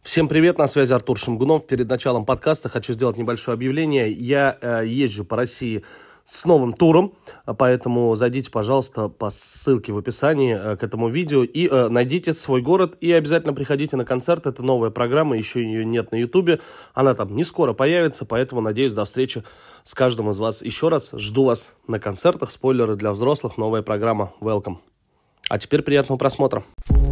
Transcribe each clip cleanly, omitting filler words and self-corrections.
Всем привет, на связи Артур Шамгунов. Перед началом подкаста хочу сделать небольшое объявление. Я езжу по России с новым туром, поэтому зайдите, пожалуйста, по ссылке в описании к этому видео и найдите свой город и обязательно приходите на концерт. Это новая программа, еще ее нет на Ютубе, она там не скоро появится, поэтому надеюсь до встречи с каждым из вас. Еще раз жду вас на концертах, спойлеры для взрослых, новая программа Welcome. А теперь приятного просмотра.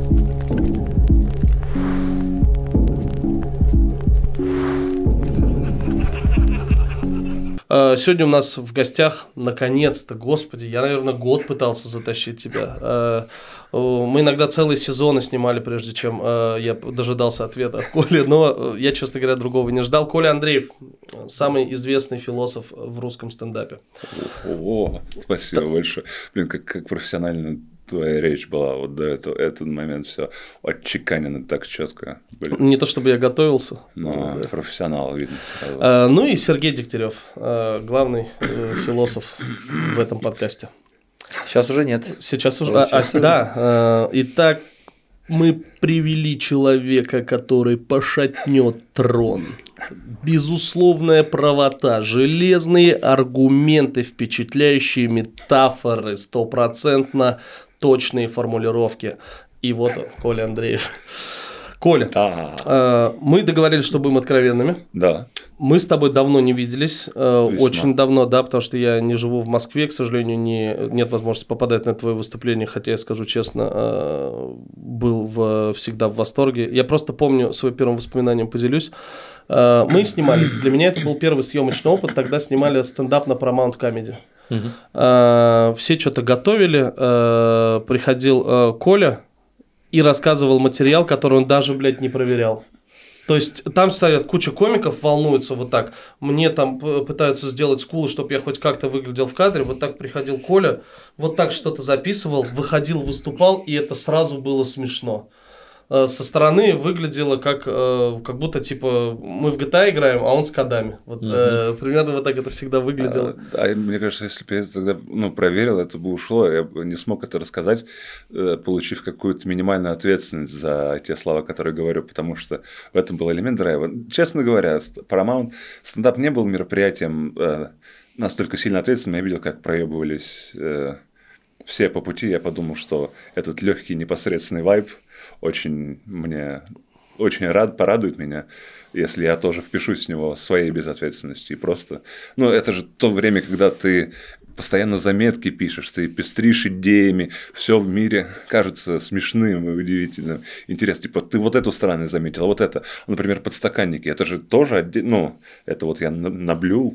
Сегодня у нас в гостях, наконец-то, господи, я, наверное, год пытался затащить тебя. Мы иногда целые сезоны снимали, прежде чем я дожидался ответа от Коли, но я, честно говоря, другого не ждал. Коля Андреев, самый известный философ в русском стендапе. О, спасибо большое. Блин, как профессионально твоя речь была вот до этот момент, все отчеканено так четко. Не то чтобы я готовился. Но профессионал видно сразу. Ну и Сергей Дегтярев, главный философ в этом подкасте. Сейчас уже нет. Сейчас уже, да. Итак, мы привели человека, который пошатнет трон. Безусловная правота, железные аргументы, впечатляющие метафоры, стопроцентно точные формулировки. И вот он, Коля Андреев. Коля, Да. Мы договорились, что будем откровенными. Да. Мы с тобой давно не виделись, очень давно, да, потому что я не живу в Москве, к сожалению, нет возможности попадать на твои выступления, хотя я скажу честно, был всегда в восторге. Я просто помню, своим первым воспоминанием поделюсь. Мы снимались, для меня это был первый съемочный опыт, тогда снимали стендап на Paramount Comedy. Все что-то готовили, приходил Коля и рассказывал материал, который он даже, блядь, не проверял. То есть там стоят куча комиков, волнуются вот так. Мне там пытаются сделать скулы, чтобы я хоть как-то выглядел в кадре. Вот так приходил Коля, вот так что-то записывал, выходил, выступал, и это сразу было смешно. Со стороны выглядело как будто типа мы в GTA играем, а он с кодами. Вот, примерно вот так это всегда выглядело. Мне кажется, если бы я это тогда проверил, это бы ушло. Я бы не смог это рассказать, получив какую-то минимальную ответственность за те слова, которые говорю, потому что в этом был элемент драйва. Честно говоря, Paramount стендап не был мероприятием настолько сильно ответственным. Я видел, как проебывались все по пути. Я подумал, что этот легкий непосредственный вайб очень порадует меня, если я тоже впишусь в него своей безответственностью. И просто, это же то время, когда ты постоянно заметки пишешь, ты пестришь идеями, все в мире кажется смешным и удивительным. Интересно, типа, ты вот эту сторону заметил, а вот это, например, подстаканники, это же тоже, это вот я наблюл.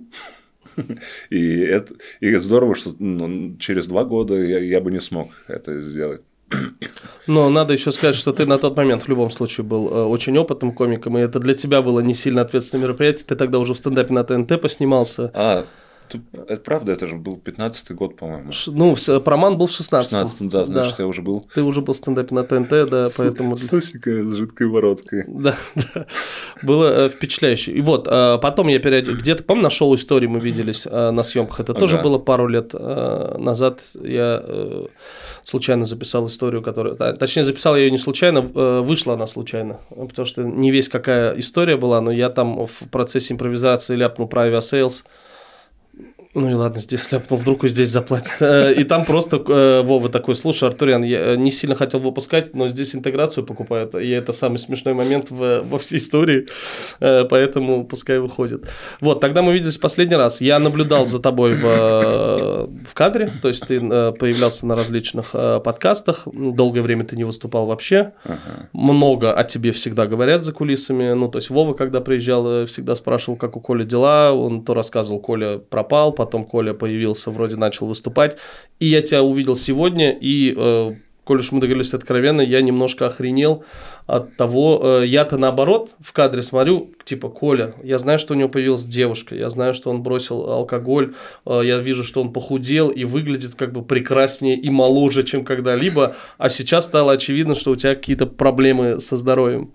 И здорово, что через 2 года я бы не смог это сделать. Но надо еще сказать, что ты на тот момент в любом случае был очень опытным комиком, и это для тебя было не сильно ответственное мероприятие. Ты тогда уже в стендапе на ТНТ поснимался. Это правда, это же был 15-й год, по-моему. Paramount был в 16-м. 16-м, да, значит, я уже был. Ты уже был в стендапе на ТНТ, да, поэтому... С усикой, с жидкой бородкой. Да. Было впечатляюще. И вот, потом я где-то, помню, на шоу «Истории» мы виделись на съемках. Это тоже было пару лет назад. Я случайно записал историю, точнее, записал я ее не случайно, вышла она случайно, потому что не весь какая история была, но я там в процессе импровизации ляпнул про авиасейлс. Ну и ладно, здесь ляпнул, вдруг и здесь заплатят. И там просто Вова такой: слушай, Артурян, я не сильно хотел выпускать, но здесь интеграцию покупают, и это самый смешной момент во всей истории, поэтому пускай выходит. Вот, тогда мы виделись последний раз. Я наблюдал за тобой в кадре, то есть ты появлялся на различных подкастах, долгое время ты не выступал вообще, много о тебе всегда говорят за кулисами, то есть Вова, когда приезжал, всегда спрашивал, как у Коли дела, он то рассказывал, Коля пропал, потом Коля появился, вроде начал выступать, и я тебя увидел сегодня, и, коль уж мы договорились откровенно, я немножко охренел от того, я-то наоборот в кадре смотрю, типа, Коля, я знаю, что у него появилась девушка, я знаю, что он бросил алкоголь, я вижу, что он похудел и выглядит как бы прекраснее и моложе, чем когда-либо, а сейчас стало очевидно, что у тебя какие-то проблемы со здоровьем.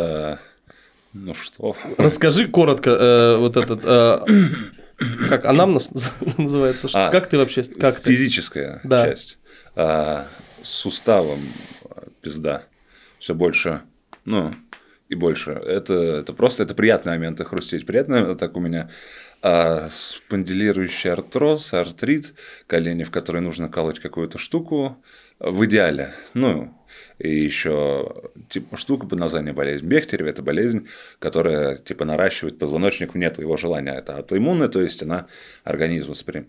Ну что? Расскажи коротко вот этот... Как анамнез называется? А, как ты вообще? Как физическая часть. С суставом пизда. Все больше, и больше. Это просто это приятные моменты хрустеть. Приятно, это так у меня спондилирующий артроз, артрит, колени, в которые нужно колоть какую-то штуку, в идеале. Ну, и еще типа штука под названием болезнь Бехтерева. Это болезнь, которая типа наращивает позвоночник вне твоего желания. Это аутоиммунная, то есть она организм воспринимает.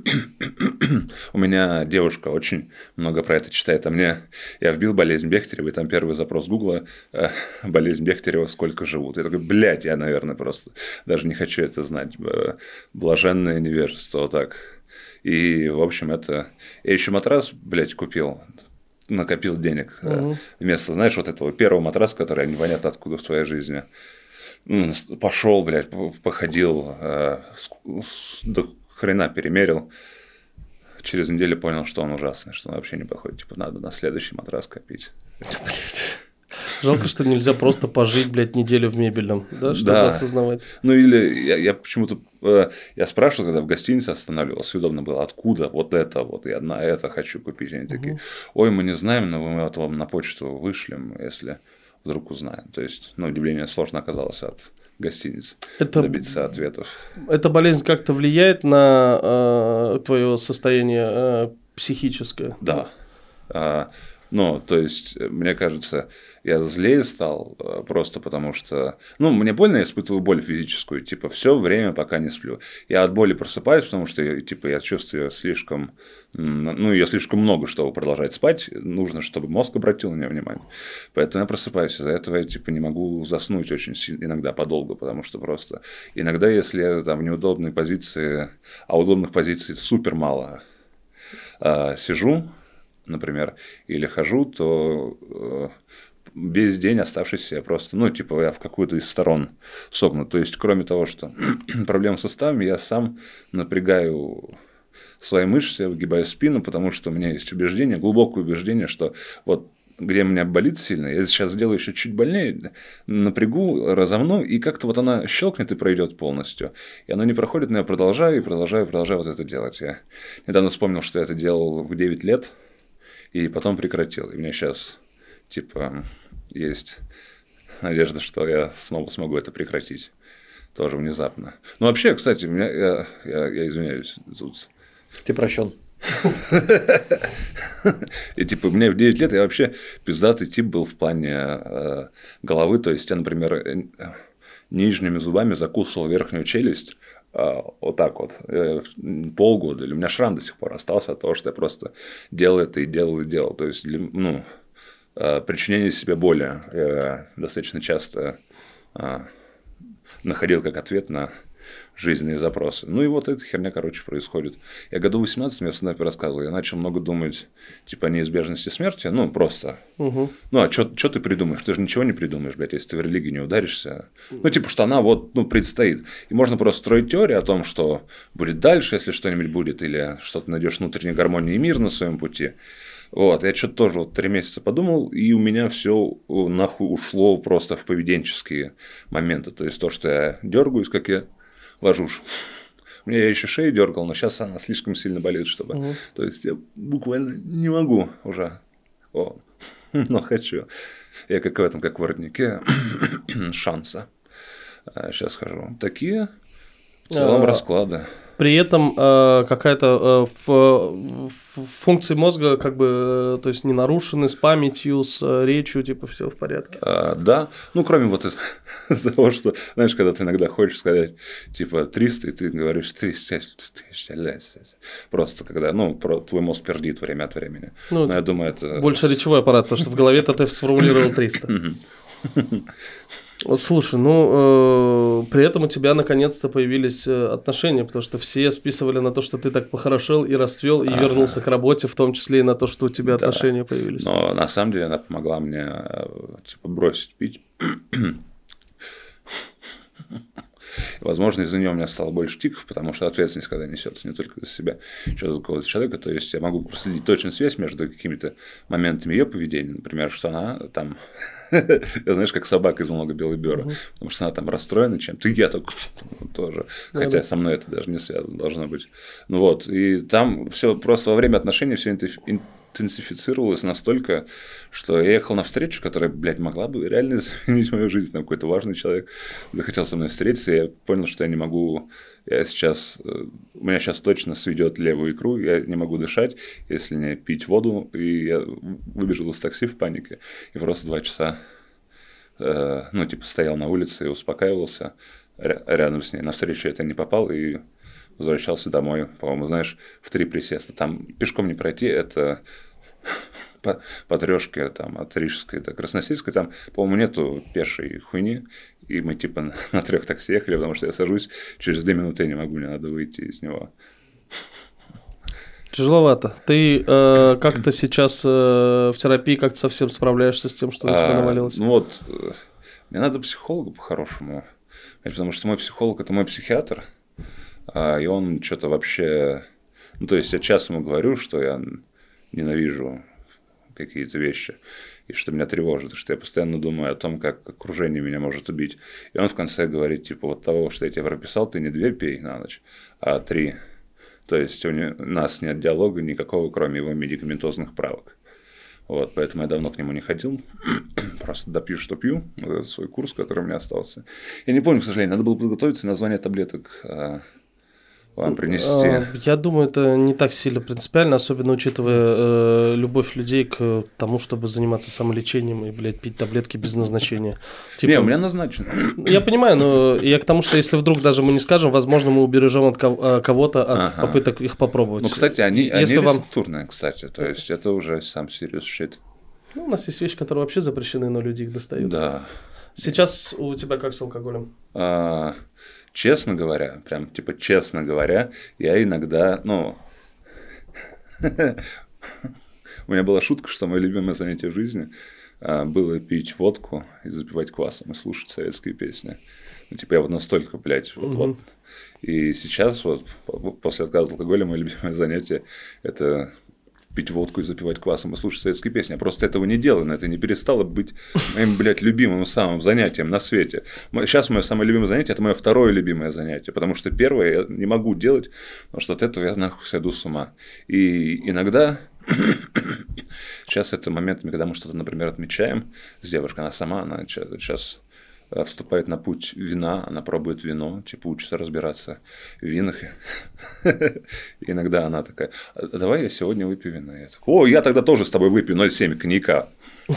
У меня девушка очень много про это читает, я вбил болезнь Бехтерева, и там первый запрос Гугла болезнь Бехтерева, сколько живут. Я такой, блядь, я, наверное, просто даже не хочу это знать. Блаженное невежество, вот так. И, в общем, это... Я еще матрас, блядь, купил, накопил денег. Вместо, знаешь, вот этого первого матраса, который непонятно откуда в своей жизни. Пошел, блядь, походил, до хрена перемерил. Через неделю понял, что он ужасный, что он вообще не подходит. Типа, надо на следующий матрас копить. Жалко, что нельзя просто пожить, блядь, неделю в мебельном, да, чтобы осознавать. Ну, или я почему-то... Я спрашивал, когда в гостинице останавливался, удобно было, откуда вот это вот, я на это хочу купить. Они такие, ой, мы не знаем, но мы это вам на почту вышлем, если вдруг узнаем. То есть, на удивление, сложно оказалось от гостиниц добиться ответов. Эта болезнь как-то влияет на твое состояние психическое? Да. Ну, то есть, мне кажется, я злее стал просто потому, что... Ну, мне больно, я испытываю боль физическую, типа, все время, пока не сплю. Я от боли просыпаюсь, потому что, типа, я чувствую слишком... Ну, ее слишком много, чтобы продолжать спать. Нужно, чтобы мозг обратил на нее внимание. Поэтому я просыпаюсь. Из-за этого я, типа, не могу заснуть очень сильно, иногда подолгу, потому что просто... Иногда, если я там в неудобной позиции, а удобных позиций супер мало, сижу, например, или хожу, то весь день оставшийся я просто, ну, типа, я в какую-то из сторон согнут. То есть, кроме того, что проблемы с суставами, я сам напрягаю свои мышцы, выгибаю спину, потому что у меня есть убеждение, глубокое убеждение, что вот где у меня болит сильно, я сейчас сделаю еще чуть больнее, напрягу, разомну, и как-то вот она щелкнет и пройдет полностью. И она не проходит, но я продолжаю вот это делать. Я недавно вспомнил, что я это делал в 9 лет, и потом прекратил. И у меня сейчас, типа, есть надежда, что я снова смогу это прекратить. Тоже внезапно. Ну, вообще, кстати, я извиняюсь, тут... Ты прощен. И, типа, мне в 9 лет я вообще пиздатый тип был в плане головы. То есть, я, например, нижними зубами закусывал верхнюю челюсть, вот так вот, полгода, или у меня шрам до сих пор остался от того, что я просто делал это и делал. То есть, ну, причинение себе боли я достаточно часто находил как ответ на жизненные запросы. Ну и вот эта херня, короче, происходит. Я году 18, я в стендапе рассказывал, я начал много думать, типа, о неизбежности смерти, ну, просто. Ну, а что ты придумаешь? Ты же ничего не придумаешь, блядь, если ты в религии не ударишься. Ну, типа, что она вот, ну, предстоит. И можно просто строить теорию о том, что будет дальше, если что-нибудь будет, или что ты найдешь внутреннюю гармонию и мир на своем пути. Вот, я что-то тоже вот 3 месяца подумал, и у меня все нахуй ушло просто в поведенческие моменты. То есть, то, что я дергаюсь, как я ложусь. У меня я еще шею дергал, но сейчас она слишком сильно болит, чтобы. То есть, я буквально не могу уже. Но хочу. Я как в этом, как в воротнике шанса. Сейчас хожу. Такие в целом расклады. При этом какая-то функции мозга как бы, то есть не нарушены, с памятью, с речью, типа все в порядке. Да, ну кроме вот того, что, знаешь, когда ты иногда хочешь сказать типа 300, и ты говоришь 300, просто когда, ну, твой мозг пердит время от времени. Ну, но я думаю, это... Больше речевой аппарат, потому что в голове-то ты сформулировал 300. Слушай, ну, при этом у тебя наконец-то появились отношения, потому что все списывали на то, что ты так похорошел и расцвел, и вернулся к работе, в том числе и на то, что у тебя отношения появились. Но на самом деле она помогла мне, типа, бросить пить. Возможно, из-за нее у меня стало больше тиков, потому что ответственность, когда несется не только за себя, еще за какого-то человека, то есть я могу проследить точную связь между какими-то моментами ее поведения, например, что она там, знаешь, как собака из «Много белой бёры», потому что она там расстроена чем-то, и я так тоже, хотя со мной это даже не связано должно быть. Ну вот, и там все просто во время отношений все интенсифицировалось настолько, что я ехал на встречу, которая, блядь, могла бы реально изменить мою жизнь. Там какой-то важный человек захотел со мной встретиться, и я понял, что я не могу... у меня сейчас точно сведет левую икру, я не могу дышать, если не пить воду, и я выбежал из такси в панике, и просто 2 часа, стоял на улице и успокаивался рядом с ней. На встречу это не попал, и возвращался домой, по-моему, знаешь, в 3 присеста. Там пешком не пройти, это по трешке там, от Рижской до Красносельской, там, по-моему, нету пешей хуйни, и мы типа на 3 такси ехали, потому что я сажусь, через 2 минуты я не могу, мне надо выйти из него. Тяжеловато. Ты как-то сейчас в терапии как-то совсем справляешься с тем, что на тебя навалилось? Мне надо психолога по-хорошему, потому что мой психолог – это мой психиатр, и он что-то вообще... то есть я часто ему говорю, что я ненавижу какие-то вещи, и что меня тревожит, и что я постоянно думаю о том, как окружение меня может убить. И он в конце говорит, типа, вот того, что я тебе прописал, ты не 2 пей на ночь, а 3. То есть у нас нет диалога никакого, кроме его медикаментозных правок. Поэтому я давно к нему не ходил, просто допью, что пью, этот свой курс, который у меня остался. Я не помню, к сожалению, надо было подготовиться, название таблеток вам принести. Я думаю, это не так сильно принципиально, особенно учитывая любовь людей к тому, чтобы заниматься самолечением и, пить таблетки без назначения. Не, у меня назначено. Я понимаю, но я к тому, что если вдруг даже мы не скажем, возможно, мы убережем от кого-то от попыток их попробовать. Кстати, они рецептурные, кстати, то есть это уже сам serious shit. У нас есть вещи, которые вообще запрещены, но люди их достают. Да. Сейчас у тебя как с алкоголем? Честно говоря, я иногда, у меня была шутка, что мое любимое занятие в жизни было пить водку и запивать квасом и слушать советские песни. Я настолько, И сейчас, после отказа от алкоголя, мое любимое занятие – это пить водку и запивать квасом и слушать советские песни. Я просто этого не делаю, но это не перестало быть моим, любимым самым занятием на свете. Сейчас мое самое любимое занятие – это мое второе любимое занятие, потому что первое я не могу делать, потому что от этого я нахуй сойду с ума. И иногда, сейчас это моментами, когда мы что-то, например, отмечаем с девушкой, она сейчас вступает на путь вина, она пробует вино, учится разбираться в винах. И иногда она такая, давай я сегодня выпью вино. Я такой, я тогда тоже с тобой выпью 0,7 коньяка.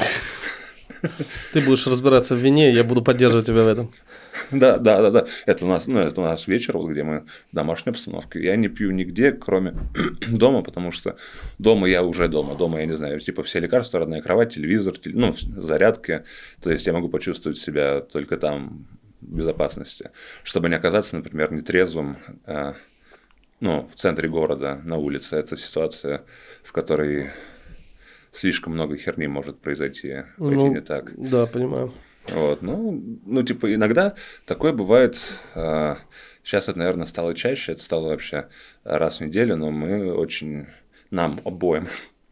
Ты будешь разбираться в вине, я буду поддерживать тебя в этом. Да. Это у нас вечер, где мы в домашней обстановке. Я не пью нигде, кроме дома, потому что дома я уже дома. Дома я не знаю, все лекарства, родная кровать, телевизор, зарядки. То есть я могу почувствовать себя только там в безопасности. Чтобы не оказаться, например, нетрезвым, в центре города, на улице. Это ситуация, в которой слишком много херни может произойти, пойти не так. Да, понимаю. Иногда такое бывает. Сейчас это, наверное, стало чаще, это стало вообще раз в неделю, но нам обоим,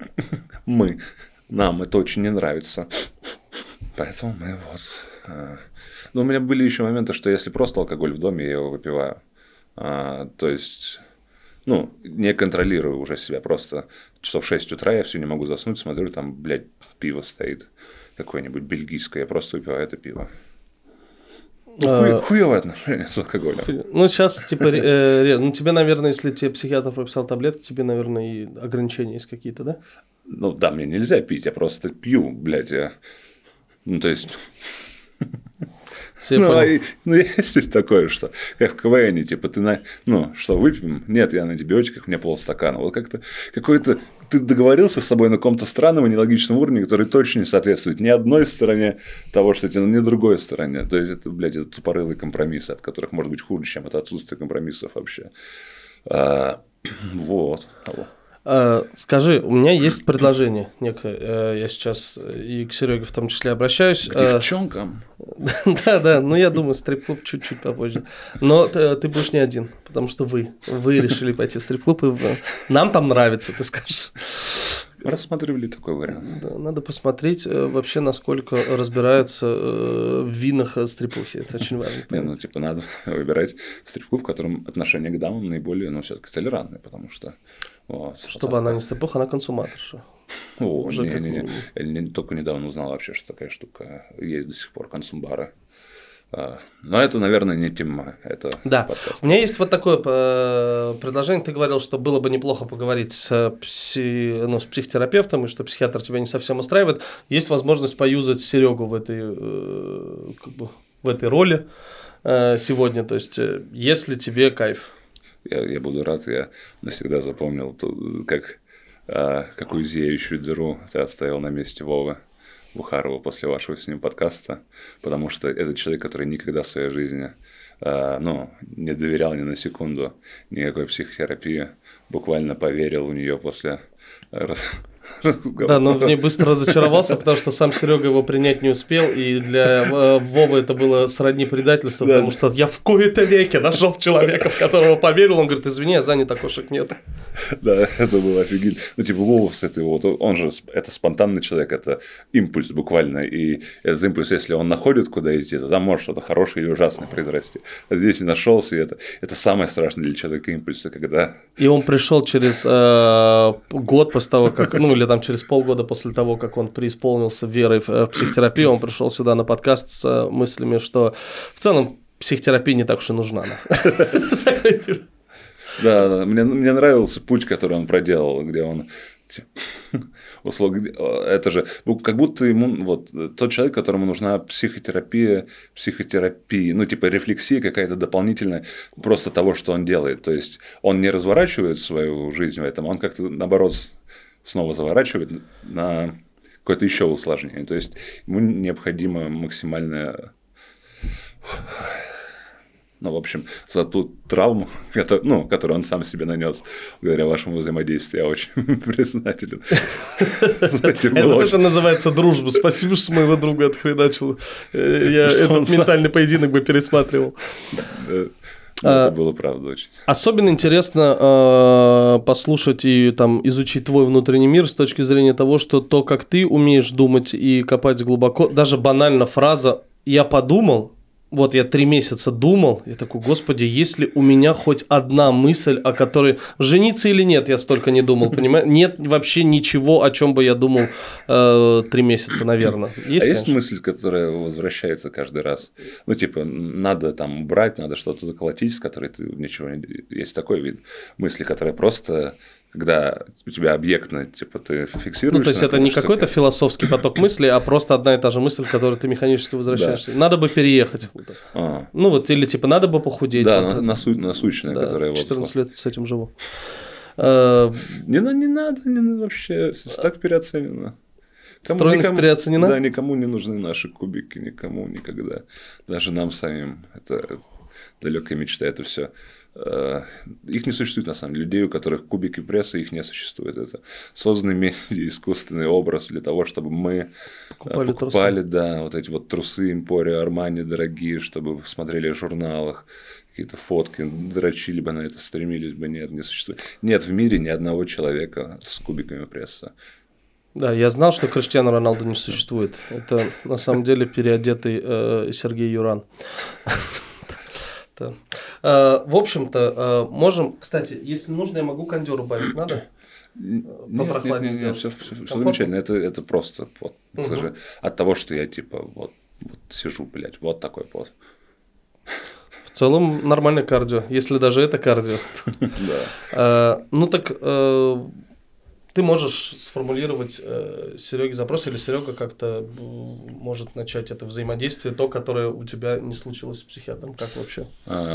нам это очень не нравится. Поэтому мы у меня были еще моменты, что если просто алкоголь в доме, я его выпиваю. То есть, не контролирую уже себя, просто часов 6 утра я все не могу заснуть, смотрю, там, пиво стоит. Какое-нибудь бельгийское, я просто выпиваю это пиво. Хуёвое отношение с алкоголем. Сейчас, тебе, наверное, если тебе психиатр прописал таблетки, тебе, наверное, и ограничения есть какие-то, да? Да, мне нельзя пить, я просто пью, то есть... Есть такое, что как в КВН, ты что, выпьем? Нет, я на антибиотиках, мне полстакана. Как-то какой-то ты договорился с собой на каком-то странном и нелогичном уровне, который точно не соответствует ни одной стороне того, что тебе, ни другой стороне. То есть это, это тупорылые компромиссы, от которых может быть хуже, чем это отсутствие компромиссов вообще. Скажи, у меня есть предложение некое. Я сейчас и к Сереге в том числе обращаюсь. К девчонкам? Да, я думаю, стрип-клуб чуть-чуть попозже. Но ты будешь не один, потому что вы решили пойти в стрип-клуб, и нам там нравится, ты скажешь. Рассматривали такой вариант. Да, надо посмотреть вообще, насколько разбираются в винах стрипухи. Это очень важно. Не, ну, типа, надо выбирать стрипуху, в котором отношение к дамам наиболее, ну, все-таки толерантное, потому что... Вот, чтобы она не стрипуха, она консуматорша. О, не. Я только недавно узнал вообще, что такая штука есть до сих пор, консумбары. Но это, наверное, не тема. Это да. подкаст. У меня есть вот такое предложение. Ты говорил, что было бы неплохо поговорить с психотерапевтом, и что психиатр тебя не совсем устраивает. Есть возможность поюзать Серегу в этой роли сегодня. То есть, если тебе кайф. Я буду рад. Я навсегда запомнил, какую зияющую дыру ты оставил на месте Вовы Бухарова после вашего с ним подкаста, потому что это человек, который никогда в своей жизни не доверял ни на секунду никакой психотерапии, буквально поверил в нее после разговора. Да, но в ней быстро разочаровался, потому что сам Серега его принять не успел, и для Вовы это было сродни предательству, потому что я в кои-то веке нашел человека, в которого поверил, он говорит, извини, я занят, окошек нет. Да, это было офигенно. Ну, типа, Вова, кстати, он же, это спонтанный человек, это импульс буквально, и этот импульс, если он находит, куда идти, то там может что-то хорошее или ужасное произрасти. А здесь не нашелся, и это самое страшное для человека импульса, когда... И он пришел через год после того, как, или там через полгода после того, как он преисполнился верой в психотерапию, он пришел сюда на подкаст с мыслями, что в целом психотерапия не так уж и нужна. Да, мне нравился путь, который он проделал, где он это же как будто ему тот человек, которому нужна психотерапия, ну, типа рефлексия какая-то дополнительная просто того, что он делает. То есть он не разворачивает свою жизнь в этом, он как-то наоборот снова заворачивает на какое-то еще усложнение. То есть ему необходимо максимальное. Ну, в общем, за ту травму, которую он сам себе нанес благодаря вашему взаимодействию, я очень признателен. Это тоже называется дружба. Спасибо, что моего друга отхреначил. Я этот ментальный поединок бы пересматривал. Это было правда очень. Особенно интересно послушать и изучить твой внутренний мир с точки зрения того, что то, как ты умеешь думать и копать глубоко, даже банально фраза «я подумал», вот я 3 месяца думал, я такой, господи, есть ли у меня хоть одна мысль, о которой жениться или нет, я столько не думал, понимаешь? Нет вообще ничего, о чем бы я думал 3 месяца, наверное. Есть мысль, которая возвращается каждый раз? Ну, типа, надо там убрать, надо что-то заколотить, с которой ты ничего не... Есть такой вид мысли, которая просто... Когда у тебя объектно, типа, ты фиксируешь... Ну, то есть, это не какой-то философский поток мыслей, а просто одна и та же мысль, к которой ты механически возвращаешься. Да. Надо бы переехать. Ну, вот, или, типа, надо бы похудеть. Да, насущная, да, которая... 14 лет с этим живу. Не надо вообще, так переоценено. Стройность переоценена? Да, никому не нужны наши кубики, никому никогда. Даже нам самим. Это далекая мечта, это все. Их не существует, на самом деле. Людей, у которых кубики пресса, их не существует. Это созданный медиа, искусственный образ для того, чтобы мы покупали да, вот эти вот трусы Emporio, Armani дорогие, чтобы смотрели в журналах, какие-то фотки, дрочили бы на это, стремились бы. Нет, не существует. Нет в мире ни одного человека с кубиками пресса. Да, я знал, что Криштиану Роналду не существует. Это на самом деле переодетый Сергей Юран. В общем-то, можем... Кстати, если нужно, я могу кондёр убавить. Надо? Попрохладнее сделать. Нет, все замечательно. Это просто пот. От того, что я типа вот сижу, блядь, вот такой пот. В целом нормальное кардио, если даже это кардио. Да. Ну так... Ты можешь сформулировать Сереге запрос, или Серега как-то может начать это взаимодействие, то, которое у тебя не случилось с психиатром. Как вообще?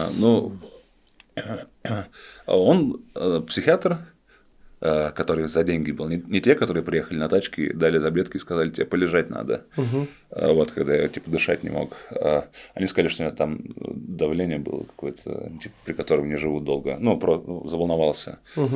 Он психиатр, который за деньги был. Не те, которые приехали на тачке, дали таблетки и сказали, тебе полежать надо. Вот, когда я типа дышать не мог. Они сказали, что у меня там давление было какое-то, типа, при котором не живу долго. Ну, заволновался.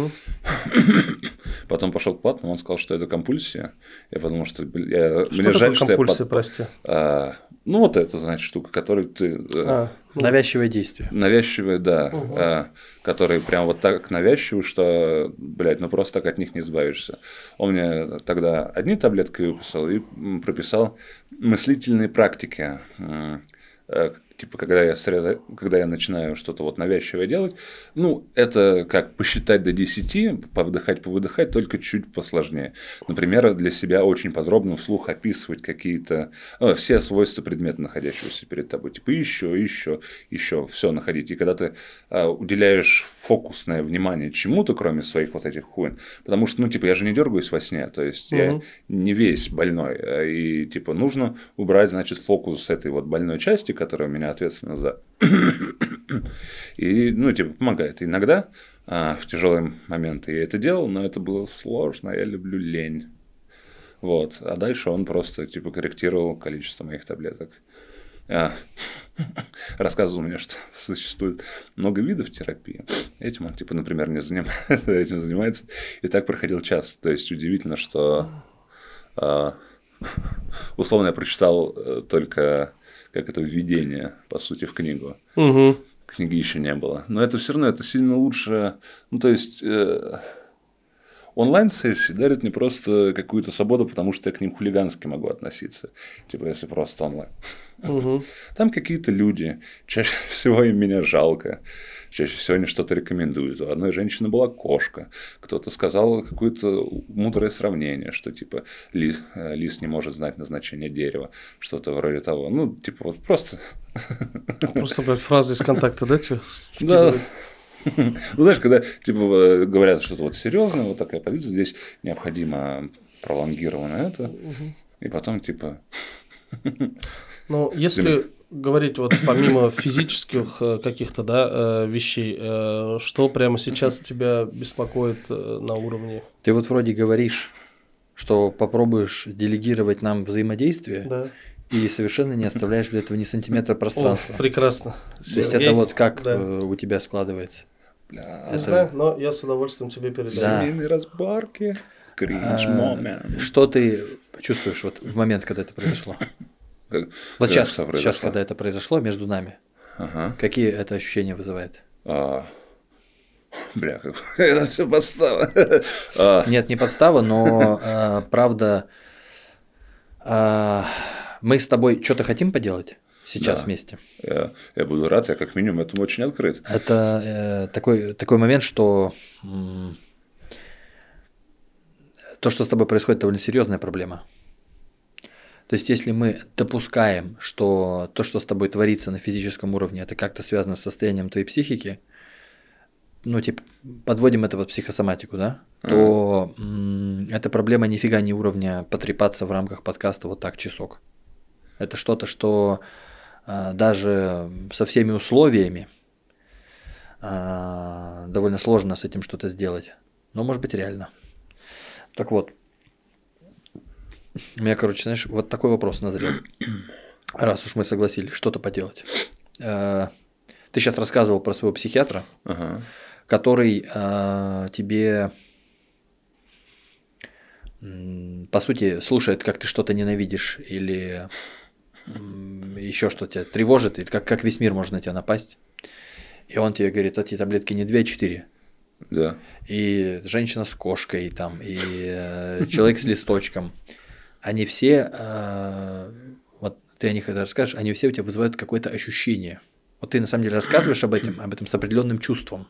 Потом пошел к платному, он сказал, что это компульсия. Я подумал, что мне жаль, что компульсия, прости? Ну, вот это, значит, штука, которую ты… Навязчивое действие. Навязчивое, да. Которые прям вот так навязчивые, что, блядь, ну просто так от них не избавишься. Он мне тогда одни таблетки выписал и прописал мыслительные практики. Типа, когда я начинаю что-то вот навязчивое делать, ну, это как посчитать до 10, повдыхать, повыдыхать, только чуть посложнее. Например, для себя очень подробно вслух описывать какие-то, все свойства предмета, находящегося перед тобой. Типа, еще, все находить. И когда ты уделяешь фокусное внимание чему-то, кроме своих вот этих хуин, потому что, ну, типа, я же не дергаюсь во сне, то есть, я не весь больной, и, типа, нужно убрать, значит, фокус с этой вот больной части, которая у меня ответственна за… И, ну, типа, помогает. Иногда в тяжелые моменты я это делал, но это было сложно, я люблю лень. Вот. А дальше он просто, типа, корректировал количество моих таблеток. Рассказывал мне, что существует много видов терапии. Этим он, типа, например, не занимается, этим занимается. И так проходил час. То есть, удивительно, что условно я прочитал только как это введение, по сути, в книгу. Книги еще не было. Но это все равно это сильно лучше. Ну, то есть онлайн-сессии дарят мне просто какую-то свободу, потому что я к ним хулигански могу относиться. Типа, если просто онлайн. Там какие-то люди, чаще всего им меня жалко. Чаще всего они что-то рекомендуют. У одной женщины была кошка. Кто-то сказал какое-то мудрое сравнение, что типа лис не может знать назначение дерева. Что-то вроде того. Ну, типа, вот просто. Просто, блядь, фраза из контакта, да, тебе? Да. Ну, знаешь, когда типа говорят что-то вот серьезное, вот такая позиция, здесь необходимо пролонгированно это. И потом, типа. Ну, если говорить вот помимо физических каких-то, да, вещей, что прямо сейчас тебя беспокоит на уровне? Ты вот вроде говоришь, что попробуешь делегировать нам взаимодействие, да. И совершенно не оставляешь для этого ни сантиметра пространства. О, прекрасно. То есть это вот как у тебя складывается? Не знаю, но я с удовольствием тебе передаю. Семейные разборки, кринж момент. Что ты чувствуешь вот в момент, когда это произошло? Вот сейчас, когда это произошло между нами, какие это ощущения вызывает? Бля, это все подстава. Нет, не подстава, но правда, мы с тобой что-то хотим поделать сейчас вместе. Я буду рад, я как минимум этому очень открыт. Это такой момент, что то, что с тобой происходит, довольно серьезная проблема. То есть, если мы допускаем, что то, что с тобой творится на физическом уровне, это как-то связано с состоянием твоей психики, ну, типа, подводим это под психосоматику, да, то эта проблема нифига не уровня потрепаться в рамках подкаста вот так часок. Это что-то, что даже со всеми условиями довольно сложно с этим что-то сделать. Но, может быть, реально. Так вот. У меня, короче, знаешь, вот такой вопрос назрел. Раз уж мы согласились что-то поделать. Ты сейчас рассказывал про своего психиатра, который тебе, по сути, слушает, как ты что-то ненавидишь или еще что тебя тревожит, и как весь мир может на тебя напасть. И он тебе говорит, эти таблетки не 2, а 4. Да. И женщина с кошкой, там, и человек с листочком. Они все, вот ты о них когда расскажешь, они все у тебя вызывают какое-то ощущение. Вот ты на самом деле рассказываешь об этом с определенным чувством.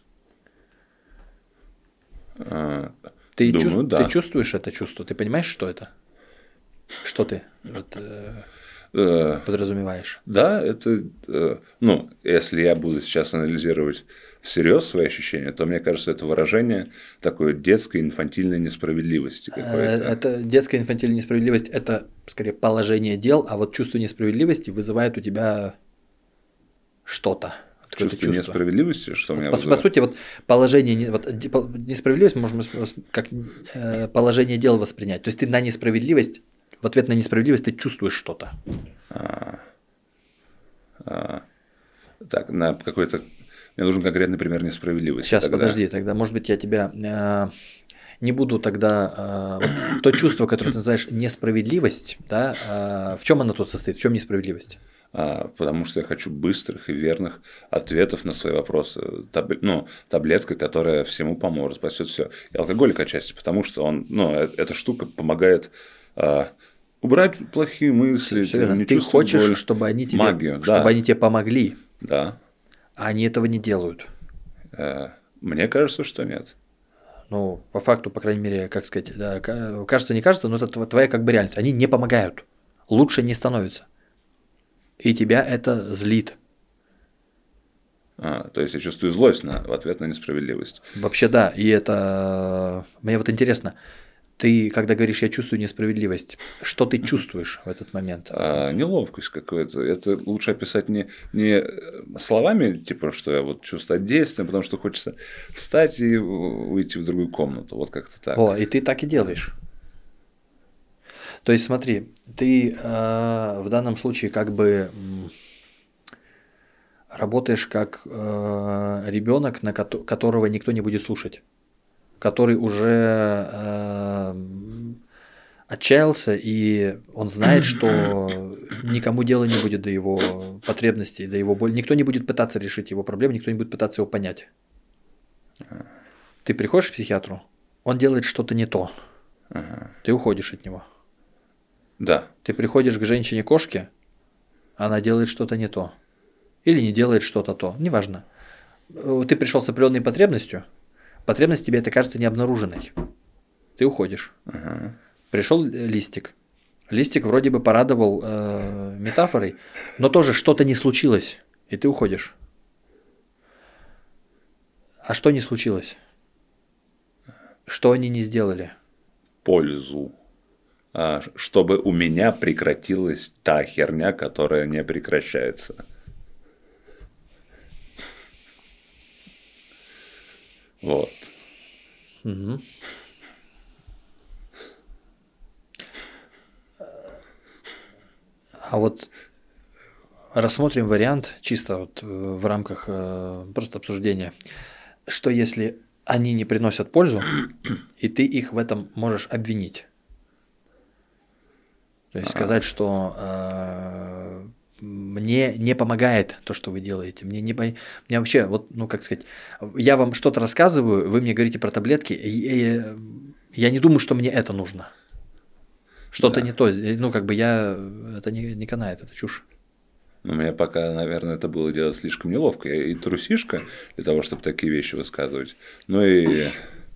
Ты чувствуешь это чувство? Ты понимаешь, что это? Что ты подразумеваешь? Да, это, ну, если я буду сейчас анализировать всерьез свои ощущения, то мне кажется, это выражение такой детской инфантильной несправедливости какой-то. Это детская инфантильная несправедливость, это скорее положение дел, а вот чувство несправедливости вызывает у тебя что-то. Чувство несправедливости, что у меня по сути, вот положение, вот, несправедливость можно как положение дел воспринять. То есть ты на несправедливость, в ответ на несправедливость ты чувствуешь что-то. Так Так, на какой-то… Мне нужен конкретный пример несправедливости. Сейчас, подожди, тогда, может быть, я тебя не буду тогда… то чувство, которое ты называешь несправедливость, да, в чем оно тут состоит, в чем несправедливость? Потому что я хочу быстрых и верных ответов на свои вопросы. Таблетка, которая всему поможет, спасет все. И алкоголик отчасти, потому что эта штука помогает убрать плохие мысли. Ты хочешь, боль, чтобы они тебе, магию, чтобы они тебе помогли. Да. А они этого не делают. Мне кажется, что нет. Ну, по факту, по крайней мере, как сказать, да, кажется, не кажется, но это твоя как бы реальность. Они не помогают. Лучше не становится. И тебя это злит. То есть я чувствую злость в ответ на несправедливость. Вообще да. И это… Мне вот интересно, ты, когда говоришь «я чувствую несправедливость», что ты чувствуешь в этот момент? Неловкость какую-то. Это лучше описать не словами, типа, что я вот чувствую действием, потому что хочется встать и уйти в другую комнату. Вот как-то так. О, и ты так и делаешь. То есть смотри, ты в данном случае как бы работаешь как ребенок, которого никто не будет слушать, который уже отчаялся, и он знает, что никому дела не будет до его потребностей, до его боли. Никто не будет пытаться решить его проблемы, никто не будет пытаться его понять. Ты приходишь к психиатру, он делает что-то не то, ты уходишь от него. Да. Ты приходишь к женщине-кошке, она делает что-то не то. Или не делает что-то то. Неважно. Ты пришел с определенной потребностью, потребность тебе это кажется необнаруженной. Ты уходишь. Пришел листик. Листик вроде бы порадовал метафорой, но тоже что-то не случилось, и ты уходишь. А что не случилось? Что они не сделали? Пользу. Чтобы у меня прекратилась та херня, которая не прекращается. Вот. Угу. А вот рассмотрим вариант чисто вот в рамках просто обсуждения, что если они не приносят пользу, и ты их в этом можешь обвинить. То есть сказать, что мне не помогает то, что вы делаете. Мне вообще, вот, ну как сказать, я вам что-то рассказываю, вы мне говорите про таблетки, я не думаю, что мне это нужно. Что-то не то. Ну, как бы это не канает, это чушь. У меня пока, наверное, это было делать слишком неловко. Я и трусишка для того, чтобы такие вещи высказывать. Ну и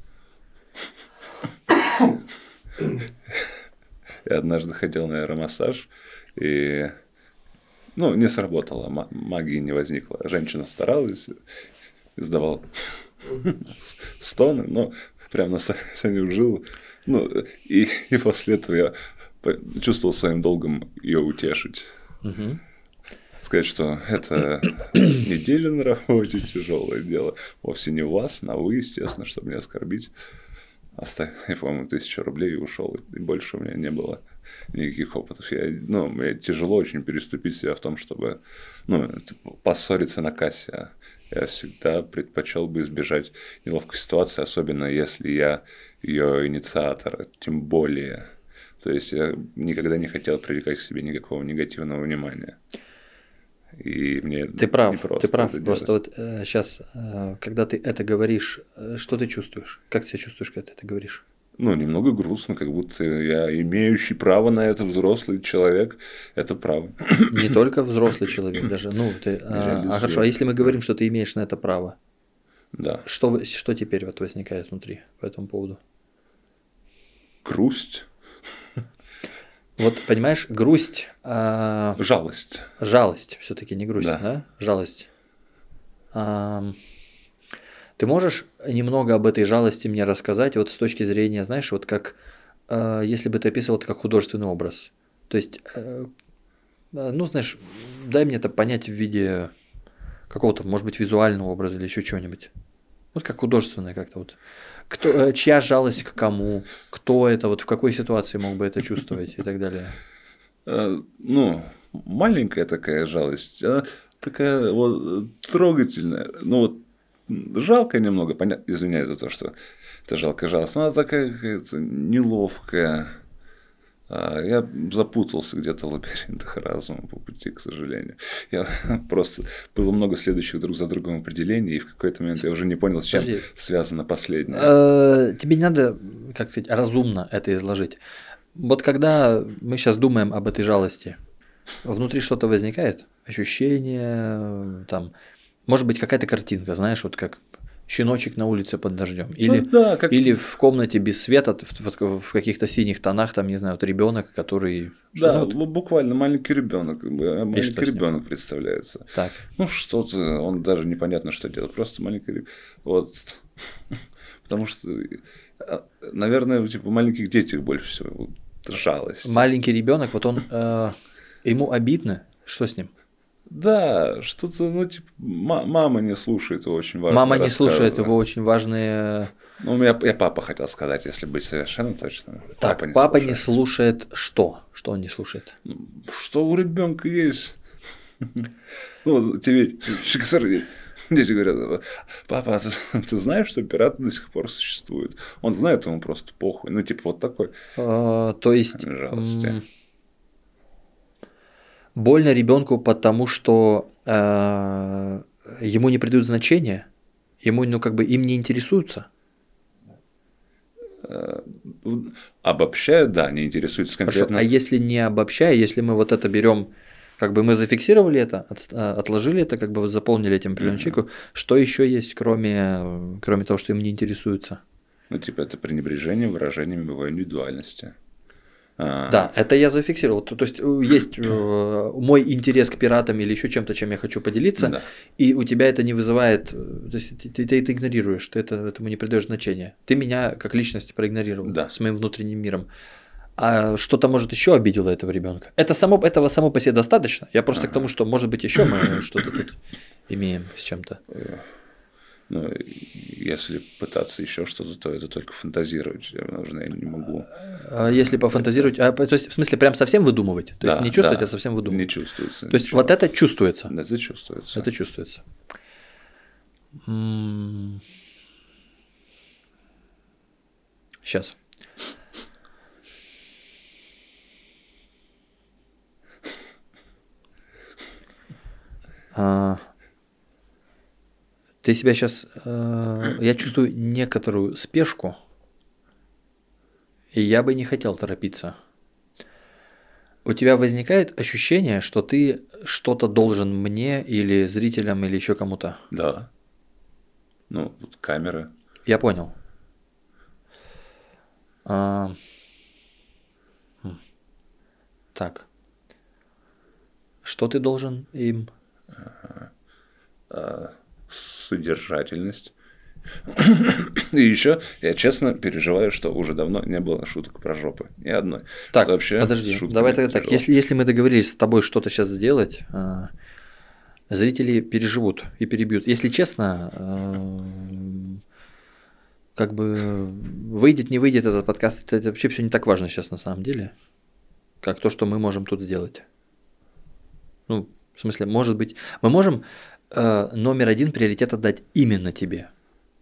я однажды ходил на аэромассаж, и не сработало, магии не возникло. Женщина старалась, издавала стоны, но прям на самом жилу. И после этого я чувствовал своим долгом ее утешить. Угу. Сказать, что это неделя на работе, тяжелое дело. Вовсе не у вас, на вы, естественно, чтобы не оскорбить. Оставил, по-моему, 1000 рублей и ушел. И больше у меня не было никаких опытов. Мне тяжело очень переступить себя в том, чтобы поссориться на кассе. Я всегда предпочел бы избежать неловкой ситуации, особенно если я ее инициатор, тем более. То есть я никогда не хотел привлекать к себе никакого негативного внимания. И мне ты прав, непросто ты прав. это Просто делать. вот сейчас, когда ты это говоришь, что ты чувствуешь? Как ты себя чувствуешь, когда ты это говоришь? Немного грустно, как будто я имеющий право на это взрослый человек, это право. Не только взрослый человек, даже. Хорошо, а если мы говорим, что ты имеешь на это право? Да. Что теперь вот возникает внутри по этому поводу? Грусть. Вот, понимаешь, грусть… Жалость. Жалость, все-таки не грусть, да? Жалость. Ты можешь немного об этой жалости мне рассказать, вот с точки зрения, знаешь, вот как, если бы ты описывал это как художественный образ. То есть, знаешь, дай мне это понять в виде какого-то, может быть, визуального образа или еще чего-нибудь. Вот как художественное как-то вот. Чья жалость к кому, кто это, вот в какой ситуации мог бы это чувствовать и так далее. Маленькая такая жалость. такая вот трогательная. Ну вот жалко немного, понятно, извиняюсь за то, что это жалко жалость, но она такая какая-то неловкая. Я запутался где-то в лабиринтах разума по пути, к сожалению. Я просто было много следующих друг за другом определений, и в какой-то момент я уже не понял, с чем связано последнее. Тебе не надо, как сказать, разумно это изложить. Вот когда мы сейчас думаем об этой жалости, внутри что-то возникает, ощущение, там, может быть, какая-то картинка, знаешь, вот как щеночек на улице под дождем, или, или в комнате без света, в каких-то синих тонах, там, не знаю, вот ребенок, который. Да, буквально маленький ребенок, ребенок представляется. Так. Ну что-то, он даже непонятно, что делает, просто маленький ребенок. Вот. Потому что, наверное, типа, в маленьких детях больше всего жалость. Маленький ребенок, вот он, ему обидно, что с ним? Да, что-то, ну, типа, мама не слушает его очень важные Мама не слушает его очень важные. Ну, я папа хотел сказать, если быть совершенно точным. Так, папа не слушает что? Что он не слушает? Что у ребенка есть? Ну, тебе дети говорят: папа, ты знаешь, что пираты до сих пор существуют? Он знает, ему просто похуй. Ну, типа, вот такой. То есть. Больно ребенку, потому что ему не придают значения, ему, ну, как бы им не интересуются. Обобщая, да, не интересуются конкретно. Хорошо, а если не обобщая, если мы вот это берем, как бы мы зафиксировали это, отложили это, как бы вот заполнили этим определенным что еще есть, кроме того, что им не интересуются? Ну, типа, это пренебрежение выражениями его индивидуальности. Да, это я зафиксировал. То есть есть мой интерес к пиратам или еще чем-то, чем я хочу поделиться, да. И у тебя это не вызывает, то есть ты это игнорируешь, ты этому не придаешь значения. Ты меня как личность проигнорировал, да. С моим внутренним миром. А что-то, может, еще обидело этого ребенка. Этого само по себе достаточно. Я просто к тому, что, может быть, еще мы что-то тут имеем с чем-то. Ну, если пытаться еще что-то, то это только фантазировать. Я не могу. Если пофантазировать, то есть, в смысле, прям совсем выдумывать? То есть не чувствовать, а совсем выдумывать? Не чувствуется. То есть вот это чувствуется? Это чувствуется. Это чувствуется. Сейчас. Ты себя сейчас, я чувствую некоторую спешку, и я бы не хотел торопиться. У тебя возникает ощущение, что ты что-то должен мне или зрителям, или еще кому-то? Да. Ну, вот камеры. Я понял. Так. Что ты должен им? Содержательность. И еще я честно переживаю, что уже давно не было шуток про жопы. Ни одной. Так, вообще подожди, давай тогда так. Если мы договорились с тобой что-то сейчас сделать, зрители переживут и перебьют. Если честно, как бы выйдет, не выйдет этот подкаст, это вообще все не так важно сейчас на самом деле, как то, что мы можем тут сделать. Ну, в смысле, может быть, мы можем номер один приоритет отдать именно тебе.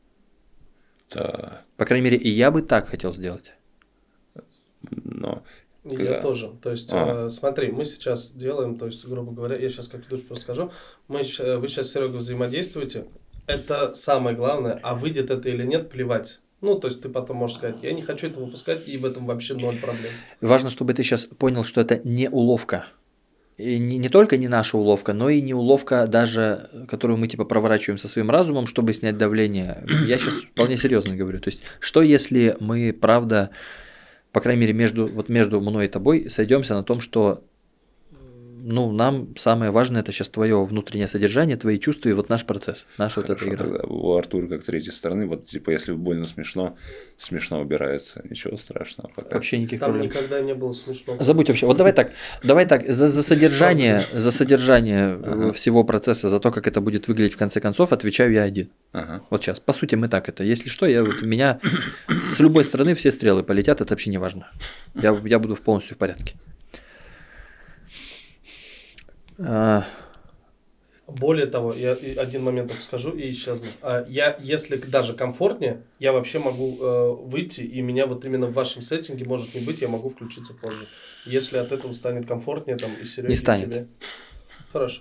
Да. По крайней мере, и я бы так хотел сделать. Но я тоже. То есть, смотри, мы сейчас делаем, то есть, грубо говоря, я сейчас как ведущий просто скажу, вы сейчас с Серегой взаимодействуете, это самое главное, а выйдет это или нет, плевать. Ну, то есть, ты потом можешь сказать, я не хочу это выпускать, и в этом вообще ноль проблем. Важно, чтобы ты сейчас понял, что это не уловка. И не только не наша уловка, но и не уловка даже, которую мы типа проворачиваем со своим разумом, чтобы снять давление. Я сейчас вполне серьезно говорю. То есть, что если мы, правда, по крайней мере, между мной и тобой сойдемся на том, что ну, нам самое важное это сейчас твое внутреннее содержание, твои чувства и вот наш процесс, наша вот эта игра. Тогда у Артура как третьей стороны, вот типа если больно смешно убирается, ничего страшного. Пока. Вообще никаких там проблем. Никогда не было смешно. Забудь вообще. Вот давай так, за содержание всего процесса, за то, как это будет выглядеть в конце концов, отвечаю я один. Ага. Вот сейчас. По сути, мы так это. Если что, у меня с любой стороны все стрелы полетят, это вообще не важно. Я буду полностью в порядке. Более того, я один момент только скажу и исчезну. Если даже комфортнее, я вообще могу выйти, и меня вот именно в вашем сеттинге может не быть, я могу включиться позже. Если от этого станет комфортнее, там, и Сереге, Не станет. и тебе. Хорошо.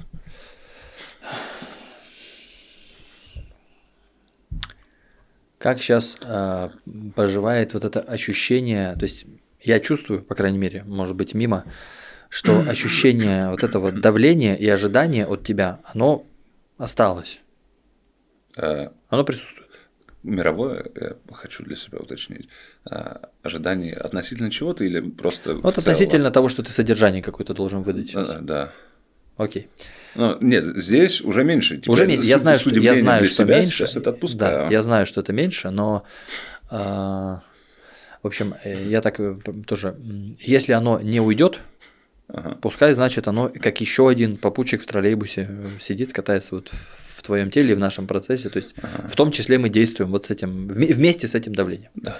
Как сейчас поживает вот это ощущение, то есть я чувствую, по крайней мере, может быть мимо, что ощущение вот этого давления и ожидания от тебя, оно осталось. Оно присутствует. Мировое, я хочу для себя уточнить, ожидание относительно чего-то или просто Вот относительно того, что ты содержание какое-то должен выдать сейчас. Да. Окей. Но нет, здесь уже меньше. Уже меньше. Я знаю, что меньше. Сейчас это отпускаю. Да, я знаю, что это меньше, но в общем, я так тоже. Если оно не уйдет, пускай, значит, оно как еще один попутчик в троллейбусе сидит, катается вот в твоем теле, в нашем процессе. То есть в том числе мы действуем вот с этим, вместе с этим давлением. Да.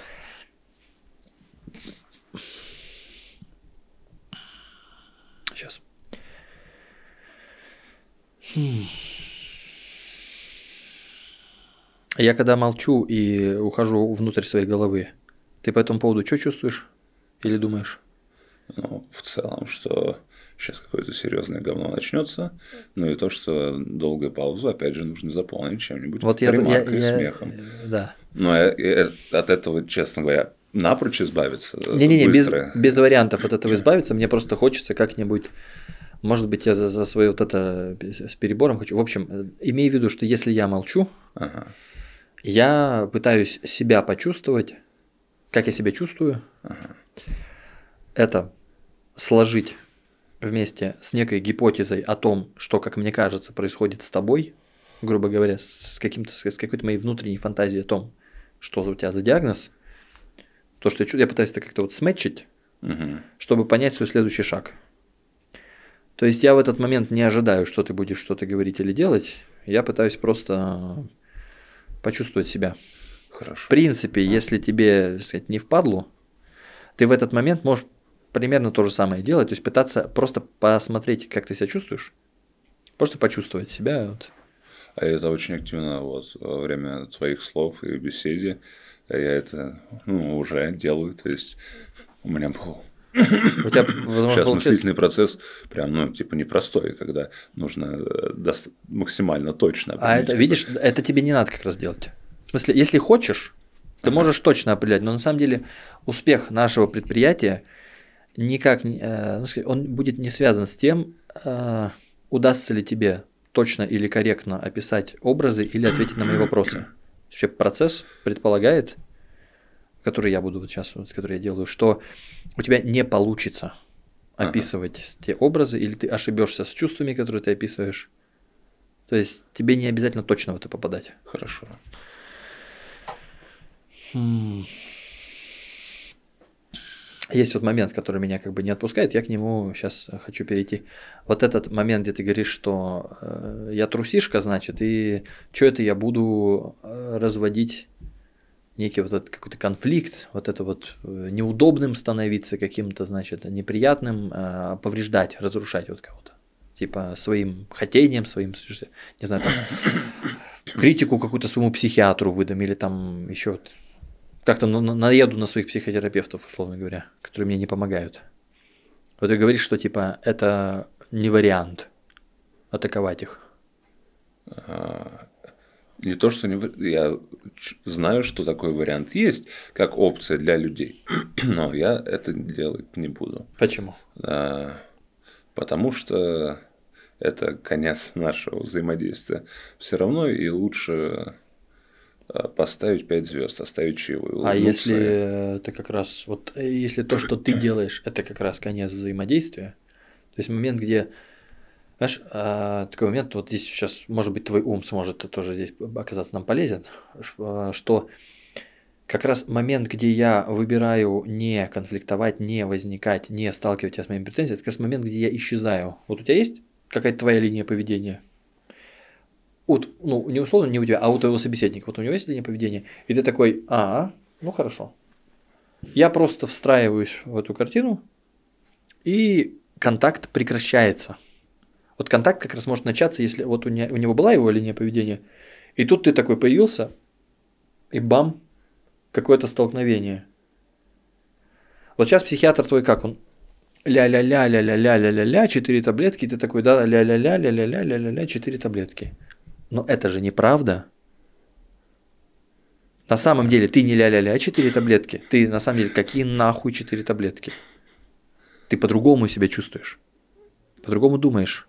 Сейчас. Я когда молчу и ухожу внутрь своей головы, ты по этому поводу что чувствуешь или думаешь? Ну, в целом, что сейчас какое-то серьезное говно начнется, ну и то, что долгую паузу, опять же, нужно заполнить чем-нибудь, вот ремаркой, смехом. Да. Но от этого, честно говоря, напрочь избавиться. Не-не-не, без вариантов от этого избавиться, мне просто хочется как-нибудь. Может быть, я за свое вот это с перебором хочу. В общем, имею в виду, что если я молчу, я пытаюсь себя почувствовать, как я себя чувствую, это сложить вместе с некой гипотезой о том, что, как мне кажется, происходит с тобой, грубо говоря, с какой-то моей внутренней фантазией о том, что у тебя за диагноз, то, что я пытаюсь это как-то вот смэтчить, чтобы понять свой следующий шаг. То есть я в этот момент не ожидаю, что ты будешь что-то говорить или делать. Я пытаюсь просто почувствовать себя. Хорошо. В принципе, если тебе, так сказать, не впадлу, ты в этот момент можешь примерно то же самое делать. То есть пытаться просто посмотреть, как ты себя чувствуешь. Просто почувствовать себя. Вот. А это очень активно вот, во время твоих слов и беседе. Я это уже делаю. То есть у меня был... У тебя, возможно, сейчас мыслительный процесс прям, непростой, когда нужно максимально точно определить. А это, видишь, это тебе не надо как раз делать. В смысле, если хочешь, ты можешь точно определять, но на самом деле успех нашего предприятия никак, он будет не связан с тем, удастся ли тебе точно или корректно описать образы или ответить на мои вопросы. Вообще процесс предполагает, который я буду вот сейчас, который я делаю, что у тебя не получится описывать те образы, или ты ошибешься с чувствами, которые ты описываешь. То есть тебе не обязательно точно в это попадать. Хорошо. Есть вот момент, который меня как бы не отпускает, я к нему сейчас хочу перейти. Вот этот момент, где ты говоришь, что я трусишка, значит, и что это я буду разводить некий вот этот какой-то конфликт, вот это вот неудобным становиться каким-то, значит, неприятным, повреждать, разрушать вот кого-то. Типа своим хотением, своим, не знаю, там, критику какую-то своему психиатру выдам или там еще как-то наеду на своих психотерапевтов, условно говоря, которые мне не помогают. Вот ты говоришь, что типа это не вариант атаковать их. Не то, что я знаю, что такой вариант есть, как опция для людей, но я это делать не буду. Почему? Потому что это конец нашего взаимодействия. Все равно и лучше поставить 5 звезд, оставить чаевые. А если это как раз, вот если то, что ты делаешь, это как раз конец взаимодействия, то есть момент, где, знаешь, такой момент, вот здесь сейчас, может быть, твой ум сможет тоже здесь оказаться нам полезен, что как раз момент, где я выбираю не конфликтовать, не возникать, не сталкивать тебя с моими претензиями, это как раз момент, где я исчезаю. Вот у тебя есть какая-то твоя линия поведения? Не условно не у тебя, а у твоего собеседника. Вот у него есть линия поведения, и ты такой, ну хорошо. Я просто встраиваюсь в эту картину, и контакт прекращается. Вот контакт как раз может начаться, если вот у него была его линия поведения, и тут ты такой появился, и бам, какое-то столкновение. Вот сейчас психиатр твой как он? Ля-ля-ля-ля-ля-ля-ля-ля-ля, 4 таблетки, ты такой, да, ля-ля-ля-ля-ля-ля-ля-ля, 4 таблетки. Но это же неправда. На самом деле ты не ля-ля-ля 4 таблетки, ты на самом деле какие нахуй 4 таблетки? Ты по-другому себя чувствуешь, по-другому думаешь.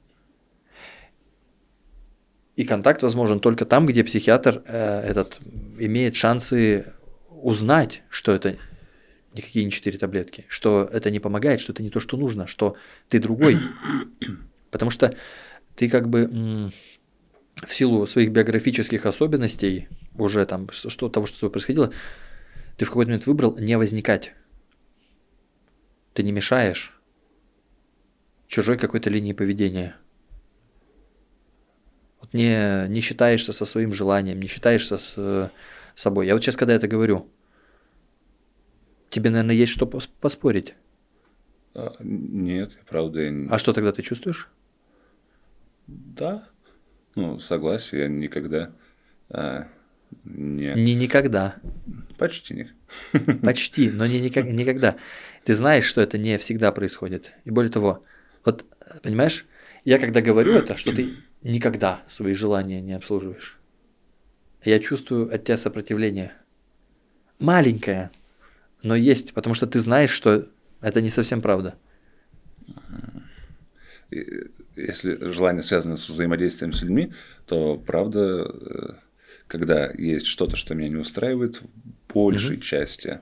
И контакт возможен только там, где психиатр имеет шансы узнать, что это никакие не 4 таблетки, что это не помогает, что это не то, что нужно, что ты другой. Потому что ты как бы в силу своих биографических особенностей, уже там, того, что с тобой происходило, ты в какой-то момент выбрал не возникать. Ты не мешаешь чужой какой-то линии поведения. Вот не считаешься со своим желанием, не считаешься с собой. Я вот сейчас, когда это говорю, тебе, наверное, есть что поспорить? Нет, правда. А что тогда ты чувствуешь? Да. Ну, согласие, я никогда не... Не никогда. Почти не. Почти, но не никогда. Ты знаешь, что это не всегда происходит. И более того, вот, понимаешь, я когда говорю это, что ты никогда свои желания не обслуживаешь, я чувствую от тебя сопротивление. Маленькое, но есть, потому что ты знаешь, что это не совсем правда. Если желание связано с взаимодействием с людьми, то правда, когда есть что-то, что меня не устраивает, в большей части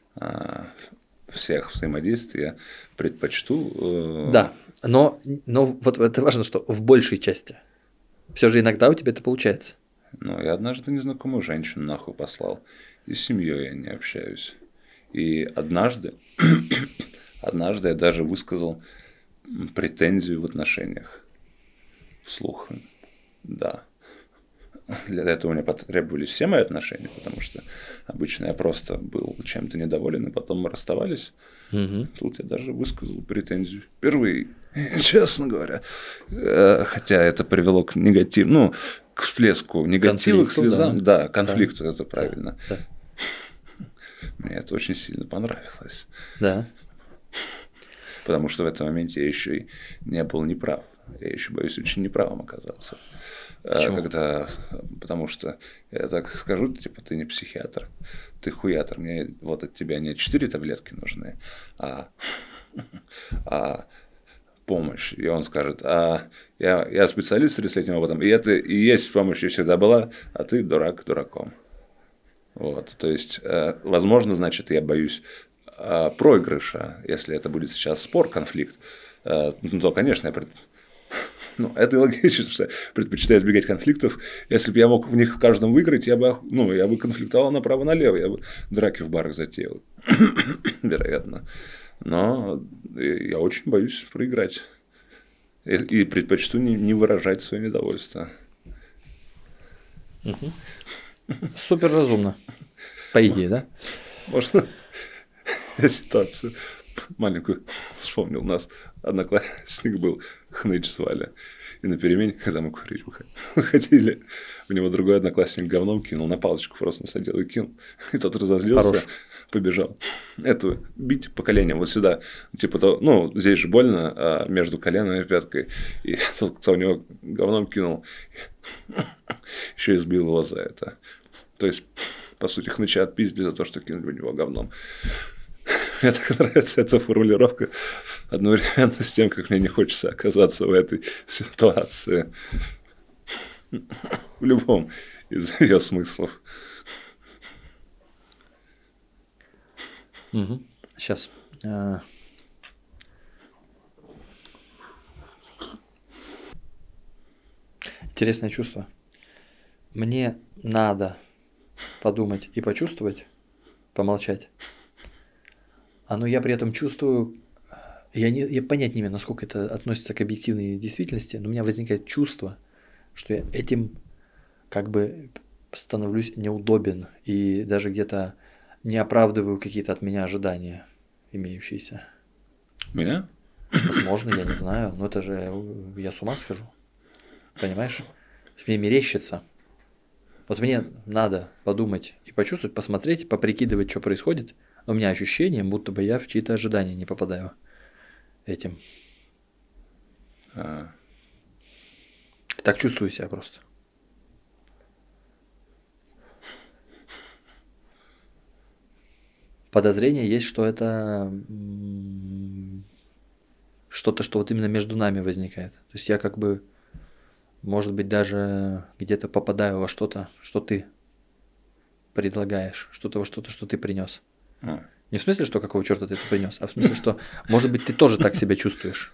всех взаимодействий я предпочту... Да, но вот это важно, что в большей части. Все же иногда у тебя это получается. Ну, я однажды незнакомую женщину нахуй послал, и с семьей я не общаюсь. И однажды я даже высказал претензию в отношениях вслух. Да. Для этого у меня потребовались все мои отношения, потому что обычно я просто был чем-то недоволен, и потом мы расставались. Угу. Тут я даже высказал претензию впервые, честно говоря. Хотя это привело к негативу, к всплеску негативных слезам. Да, конфликту, это правильно. Да. Мне это очень сильно понравилось. Да. Потому что в этом моменте я еще и не был неправ. Я еще боюсь очень неправым оказаться. Почему? Потому что я так скажу, типа, ты не психиатр, ты хуятор. Мне вот от тебя не 4 таблетки нужны, а помощь. И он скажет, я специалист с 30-летним опытом, и это и есть помощь, и всегда была, а ты дурак дураком. Вот, то есть, возможно, значит, я боюсь проигрыша, если это будет сейчас спор, конфликт, то, конечно, это и логично, что я предпочитаю избегать конфликтов. Если бы я мог в них в каждом выиграть, я бы конфликтовал направо-налево, я бы драки в барах затеял, вероятно. Но я очень боюсь проиграть. И предпочту не выражать свое недовольство. Угу. Супер разумно. По идее, да? Можно я ситуацию маленькую вспомнил. У нас одноклассник был, Хныч звали. И на перемене, когда мы курить выходили, в него другой одноклассник говном кинул, на палочку просто насадил и кинул. И тот разозлился. Хорош. Побежал. Это бить по коленям вот сюда. Типа, здесь же больно, между коленом и пяткой. И тот, кто у него говном кинул, еще и сбил его за это. То есть, по сути, Хныча отпиздили за то, что кинули в него говном. Мне так нравится эта формулировка одновременно с тем, как мне не хочется оказаться в этой ситуации. В любом из ее смыслов. Угу. Сейчас. Интересное чувство. Мне надо подумать и почувствовать, помолчать. Но я при этом чувствую, я понять не имею, насколько это относится к объективной действительности, но у меня возникает чувство, что я этим как бы становлюсь неудобен и даже где-то не оправдываю какие-то от меня ожидания имеющиеся. Меня? Возможно, я не знаю, но это же я с ума схожу. Понимаешь? Мне мерещится. Вот мне надо подумать и почувствовать, посмотреть, поприкидывать, что происходит. Но у меня ощущение, будто бы я в чьи-то ожидания не попадаю этим. Так чувствую себя просто. Подозрение есть, что это что-то, что вот именно между нами возникает. То есть я как бы, может быть, даже где-то попадаю во что-то, что ты предлагаешь, что-то во что-то, что ты принес. Не в смысле, что какого черта ты это принес, а в смысле, что, может быть, ты тоже так себя чувствуешь.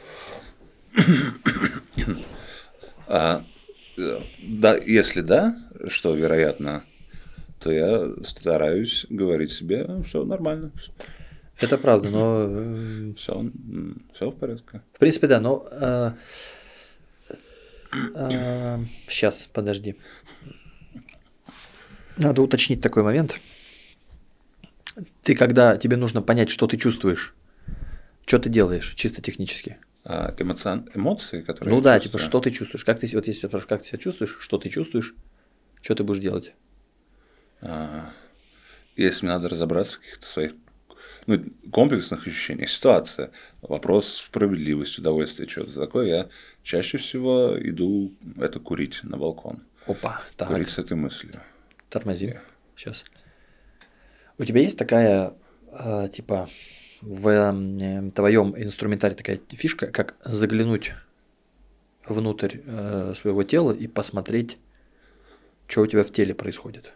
Да, если да, что вероятно, то я стараюсь говорить себе, все нормально. Это правда, но... Все в порядке. В принципе, да, но... Сейчас, подожди. Надо уточнить такой момент. Ты, когда тебе нужно понять, что ты чувствуешь, что ты делаешь, чисто технически? Эмоции, которые ну да, типа, что ты чувствуешь? Как ты, вот если я спрашиваю, как ты себя чувствуешь, что ты чувствуешь, что ты будешь делать? Если мне надо разобраться в каких-то своих комплексных ощущениях, ситуация, вопрос справедливости, удовольствия, что-то такое, я чаще всего иду это курить на балкон. Опа, так. Курить с этой мыслью. Тормозим. Сейчас. У тебя есть такая, типа, в твоем инструментарии такая фишка, как заглянуть внутрь своего тела и посмотреть, что у тебя в теле происходит?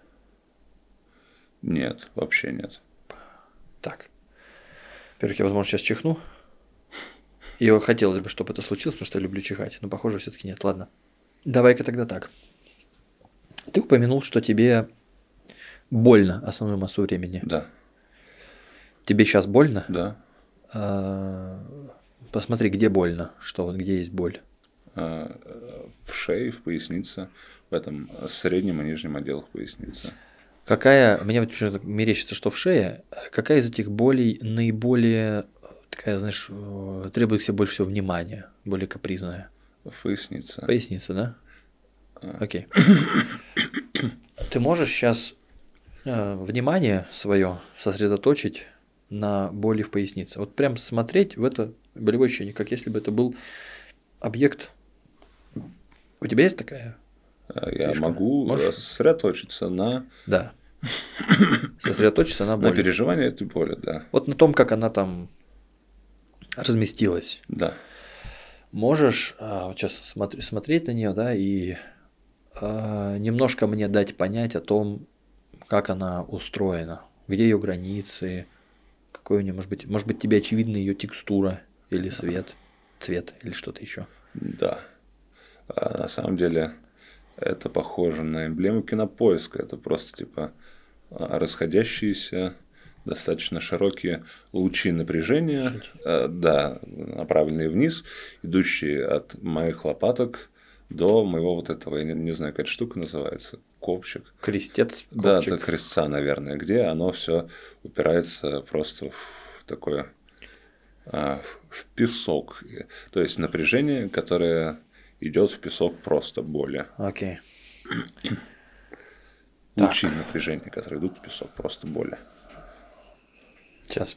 Нет, вообще нет. Так. Во-первых, я, возможно, сейчас чихну. И хотелось бы, чтобы это случилось, потому что я люблю чихать. Но, похоже, все-таки нет. Ладно. Давай-ка тогда так. Ты упомянул, что тебе больно основную массу времени. Да. Тебе сейчас больно? Да. Посмотри, где больно, что вот где есть боль. В шее, в пояснице, в этом среднем и нижнем отделах поясницы. Какая, мне вот почему-то мерещится, что в шее, какая из этих болей наиболее такая, знаешь, требует к себе больше всего внимания, более капризная? В пояснице. Поясница, да? Окей. Ты можешь сейчас внимание свое сосредоточить на боли в пояснице. Вот прям смотреть в это болевое ощущение, как если бы это был объект. У тебя есть такая? Я фишка? могу Можешь? сосредоточиться на... Да. Сосредоточиться на боли. На переживании этой боли, да. Вот на том, как она там разместилась. Да. Можешь вот сейчас смотреть на нее, да, и немножко мне дать понять о том, как она устроена, где ее границы, какой у нее, может быть, тебе очевидна ее текстура или цвет, или что-то еще. Да. На самом деле это похоже на эмблему Кинопоиска. Это просто типа расходящиеся, достаточно широкие лучи напряжения, да, направленные вниз, идущие от моих лопаток до моего вот этого, я не знаю, какая штука называется, копчик. Крестец, копчик. Да, это крестца, наверное, где оно все упирается просто в такое, в песок. То есть напряжение, которое идет в песок просто боли. Окей. Лучи напряжения, которые идут в песок, просто боли. Сейчас.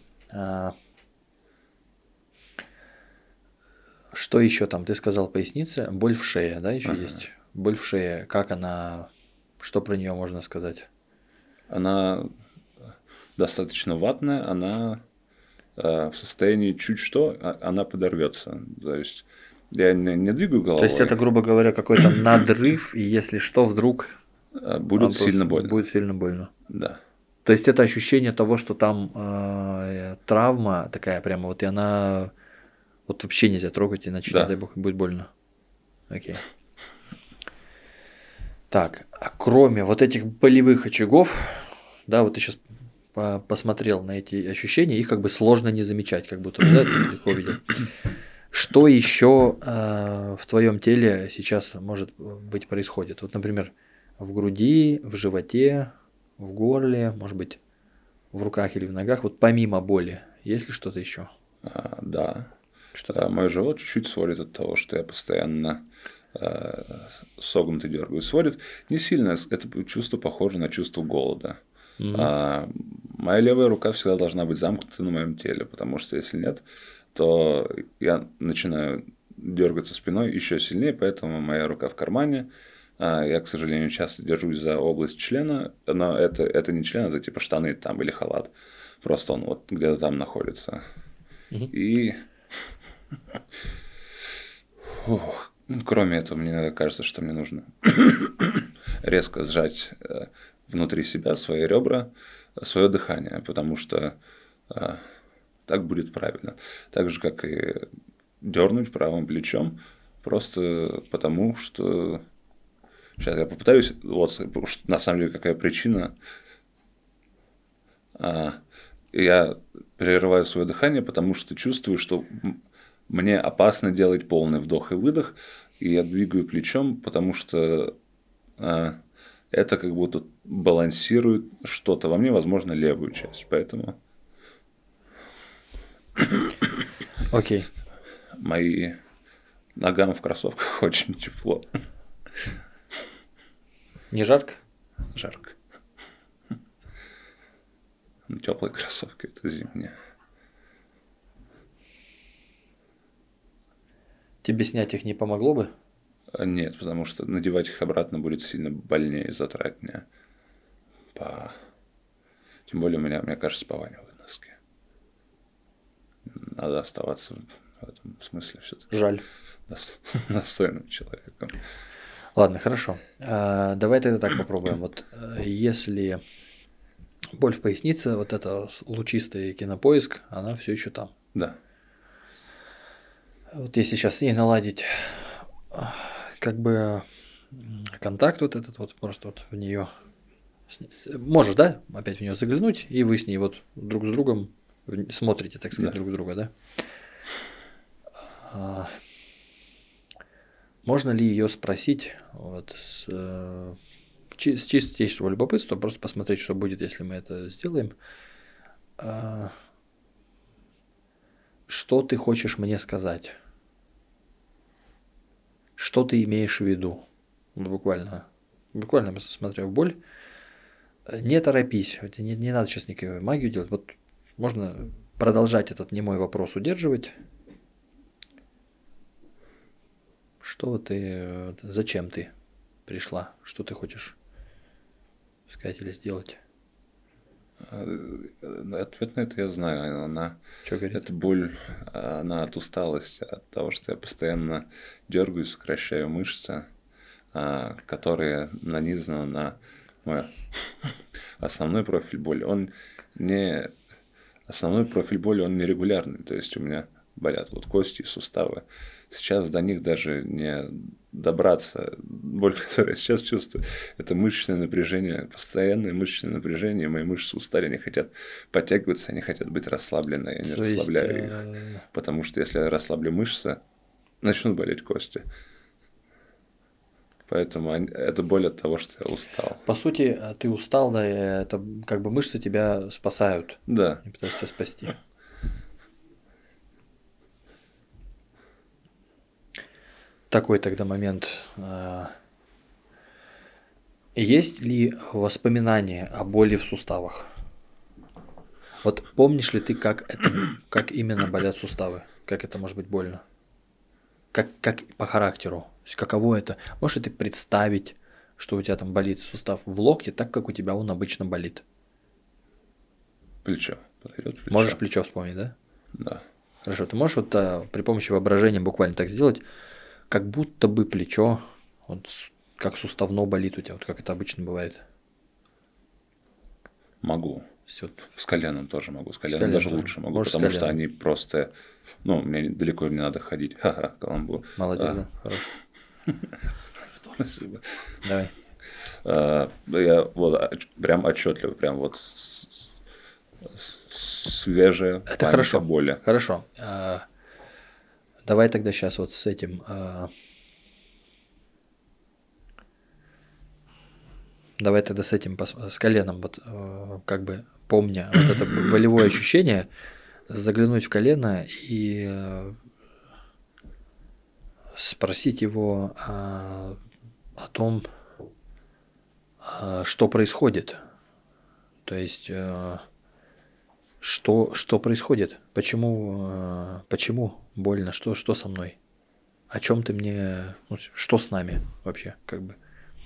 Что еще там? Ты сказал поясница, боль в шее, да, еще есть? Боль в шее, как она, что про нее можно сказать? Она достаточно ватная, она в состоянии чуть что, она подорвется. То есть я не двигаю головой. То есть это, грубо говоря, какой-то надрыв, и если что, вдруг будет сильно больно. Будет сильно больно. Да. То есть это ощущение того, что там травма такая прямо, вот и она вот вообще нельзя трогать, иначе, Да. не дай бог, будет больно. Окей. Так, а кроме вот этих болевых очагов, да, вот ты сейчас посмотрел на эти ощущения, их как бы сложно не замечать, как будто, да, ты легко видел. Что еще в твоем теле сейчас, может быть, происходит? Вот, например, в груди, в животе, в горле, может быть, в руках или в ногах, вот помимо боли, есть ли что-то еще? Да. Мой живот чуть-чуть сводит от того, что я постоянно согнутый дергаю. Сводит не сильно, это чувство похоже на чувство голода. Моя левая рука всегда должна быть замкнута на моем теле, потому что если нет, то я начинаю дергаться спиной еще сильнее, поэтому моя рука в кармане. Я, к сожалению, часто держусь за область члена, но это не член, это типа штаны там или халат. Просто он вот где-то там находится. И кроме этого, мне кажется, что мне нужно резко сжать внутри себя свои ребра, свое дыхание, потому что так будет правильно. Так же, как и дернуть правым плечом, просто потому что... Сейчас я попытаюсь, вот на самом деле какая причина. Я прерываю свое дыхание, потому что чувствую, что мне опасно делать полный вдох и выдох, и я двигаю плечом, потому что это как будто балансирует что-то во мне, возможно, левую часть, поэтому... Окей. Мои ногам в кроссовках очень тепло. Не жарко? Жарко. Теплые кроссовки, это зимние. Тебе снять их не помогло бы? Нет, потому что надевать их обратно будет сильно больнее и затратнее. Тем более у меня, мне кажется, пованивают носки. Надо оставаться в этом смысле все-таки. Жаль. Достойным человеком. Ладно, хорошо. Давай тогда так попробуем. Вот если боль в пояснице, вот это лучистый кинопоиск, она все еще там. Да. Вот если сейчас с ней наладить как бы контакт вот этот вот, просто вот в нее можешь, да, опять в нее заглянуть, и вы с ней вот друг с другом смотрите, так сказать, друг друга, да? Можно ли ее спросить вот с чистейшего любопытства, просто посмотреть, что будет, если мы это сделаем? Что ты хочешь мне сказать? Что ты имеешь в виду? Буквально смотря в боль. Не торопись, не надо сейчас никакую магию делать. Вот можно продолжать этот немой вопрос удерживать. Что ты, зачем ты пришла? Что ты хочешь сказать или сделать? Ответ на это я знаю. Что говорит? Это боль, она от усталости, от того, что я постоянно дергаюсь, сокращаю мышцы, которые нанизаны на мой основной профиль боли. Основной профиль боли, он нерегулярный, то есть у меня болят вот кости и суставы. Сейчас до них даже не добраться. Боль, которую я сейчас чувствую, это мышечное напряжение, постоянное мышечное напряжение. Мои мышцы устали, они хотят подтягиваться, они хотят быть расслаблены. Я не расслабляю их. Потому что если я расслаблю мышцы, начнут болеть кости. Поэтому это боль от того, что я устал. По сути, ты устал, да, это как бы мышцы тебя спасают. Да. И пытаются тебя спасти. Такой тогда момент. Есть ли воспоминания о боли в суставах? Вот помнишь ли ты, как именно болят суставы? Как это может быть больно? Как по характеру? То есть каково это? Можешь ли ты представить, что у тебя там болит сустав в локте, так как у тебя он обычно болит? Плечо. Подойдет плечо. Можешь плечо вспомнить, да? Да. Хорошо. Ты можешь вот при помощи воображения буквально так сделать, как будто бы плечо, вот, как суставно болит у тебя, вот как это обычно бывает? Могу. Все. С коленом тоже могу. С коленом даже тоже. лучше могу, Можешь потому что они просто... мне далеко не надо ходить. Ха-ха, каламбур. Молодец, да? Хорошо. Спасибо. Давай. Я вот прям отчетливо, прям вот свежая Это хорошо. боли. Хорошо. Давай тогда сейчас вот с этим. Давай тогда с этим, с коленом, вот как бы помня вот это болевое ощущение, заглянуть в колено и спросить его о том, что происходит. То есть, что происходит, почему больно, что со мной, о чем ты мне, ну, что с нами вообще, как бы.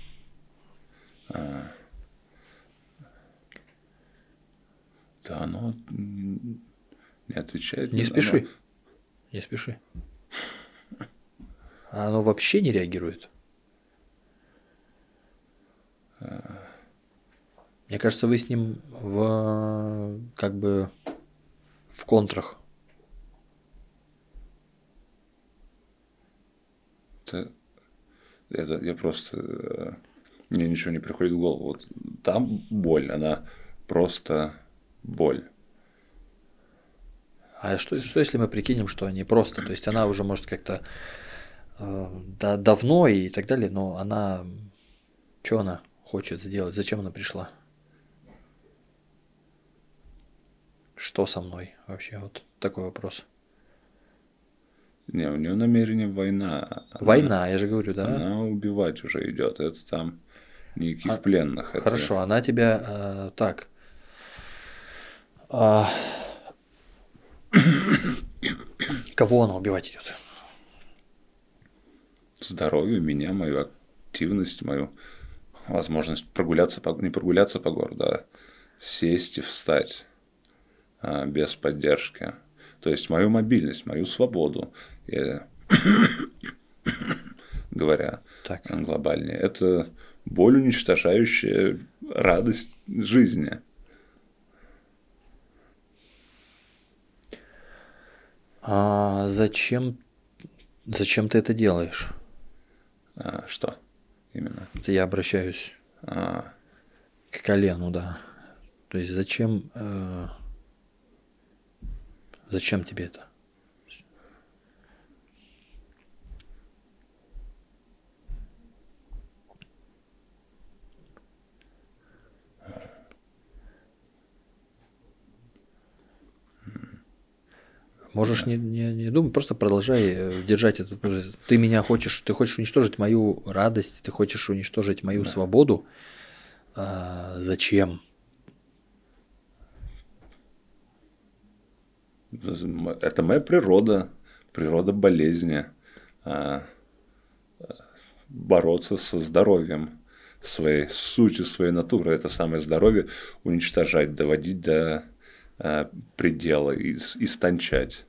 Да, оно не отвечает. Не спеши. Не спеши. А оно вообще не реагирует. Мне кажется, вы с ним как бы в контрах. Я просто... Мне ничего не приходит в голову. Вот там боль, она просто боль. А что если мы прикинем, что они просто, то есть она уже может как-то давно и так далее, но она, что она хочет сделать, зачем она пришла? Что со мной вообще? Вот такой вопрос. Не, у нее намерение война. Война, я же говорю, да? Она убивать уже идет. Это там никаких пленных. Хорошо, это... она тебя так. Кого она убивать идет? Здоровье меня, мою активность, мою возможность прогуляться, не прогуляться по городу, а сесть и встать без поддержки. То есть мою мобильность, мою свободу, говоря глобальнее, это боль, уничтожающая радость жизни. А зачем ты это делаешь? Что именно? Я обращаюсь к колену, да. То есть зачем тебе это? Можешь не думать, просто продолжай держать это. Ты хочешь уничтожить мою радость, ты хочешь уничтожить мою свободу. Зачем? Это моя природа болезни. Бороться со здоровьем своей сутью, своей натуры. Это самое здоровье уничтожать, доводить до предела, истончать.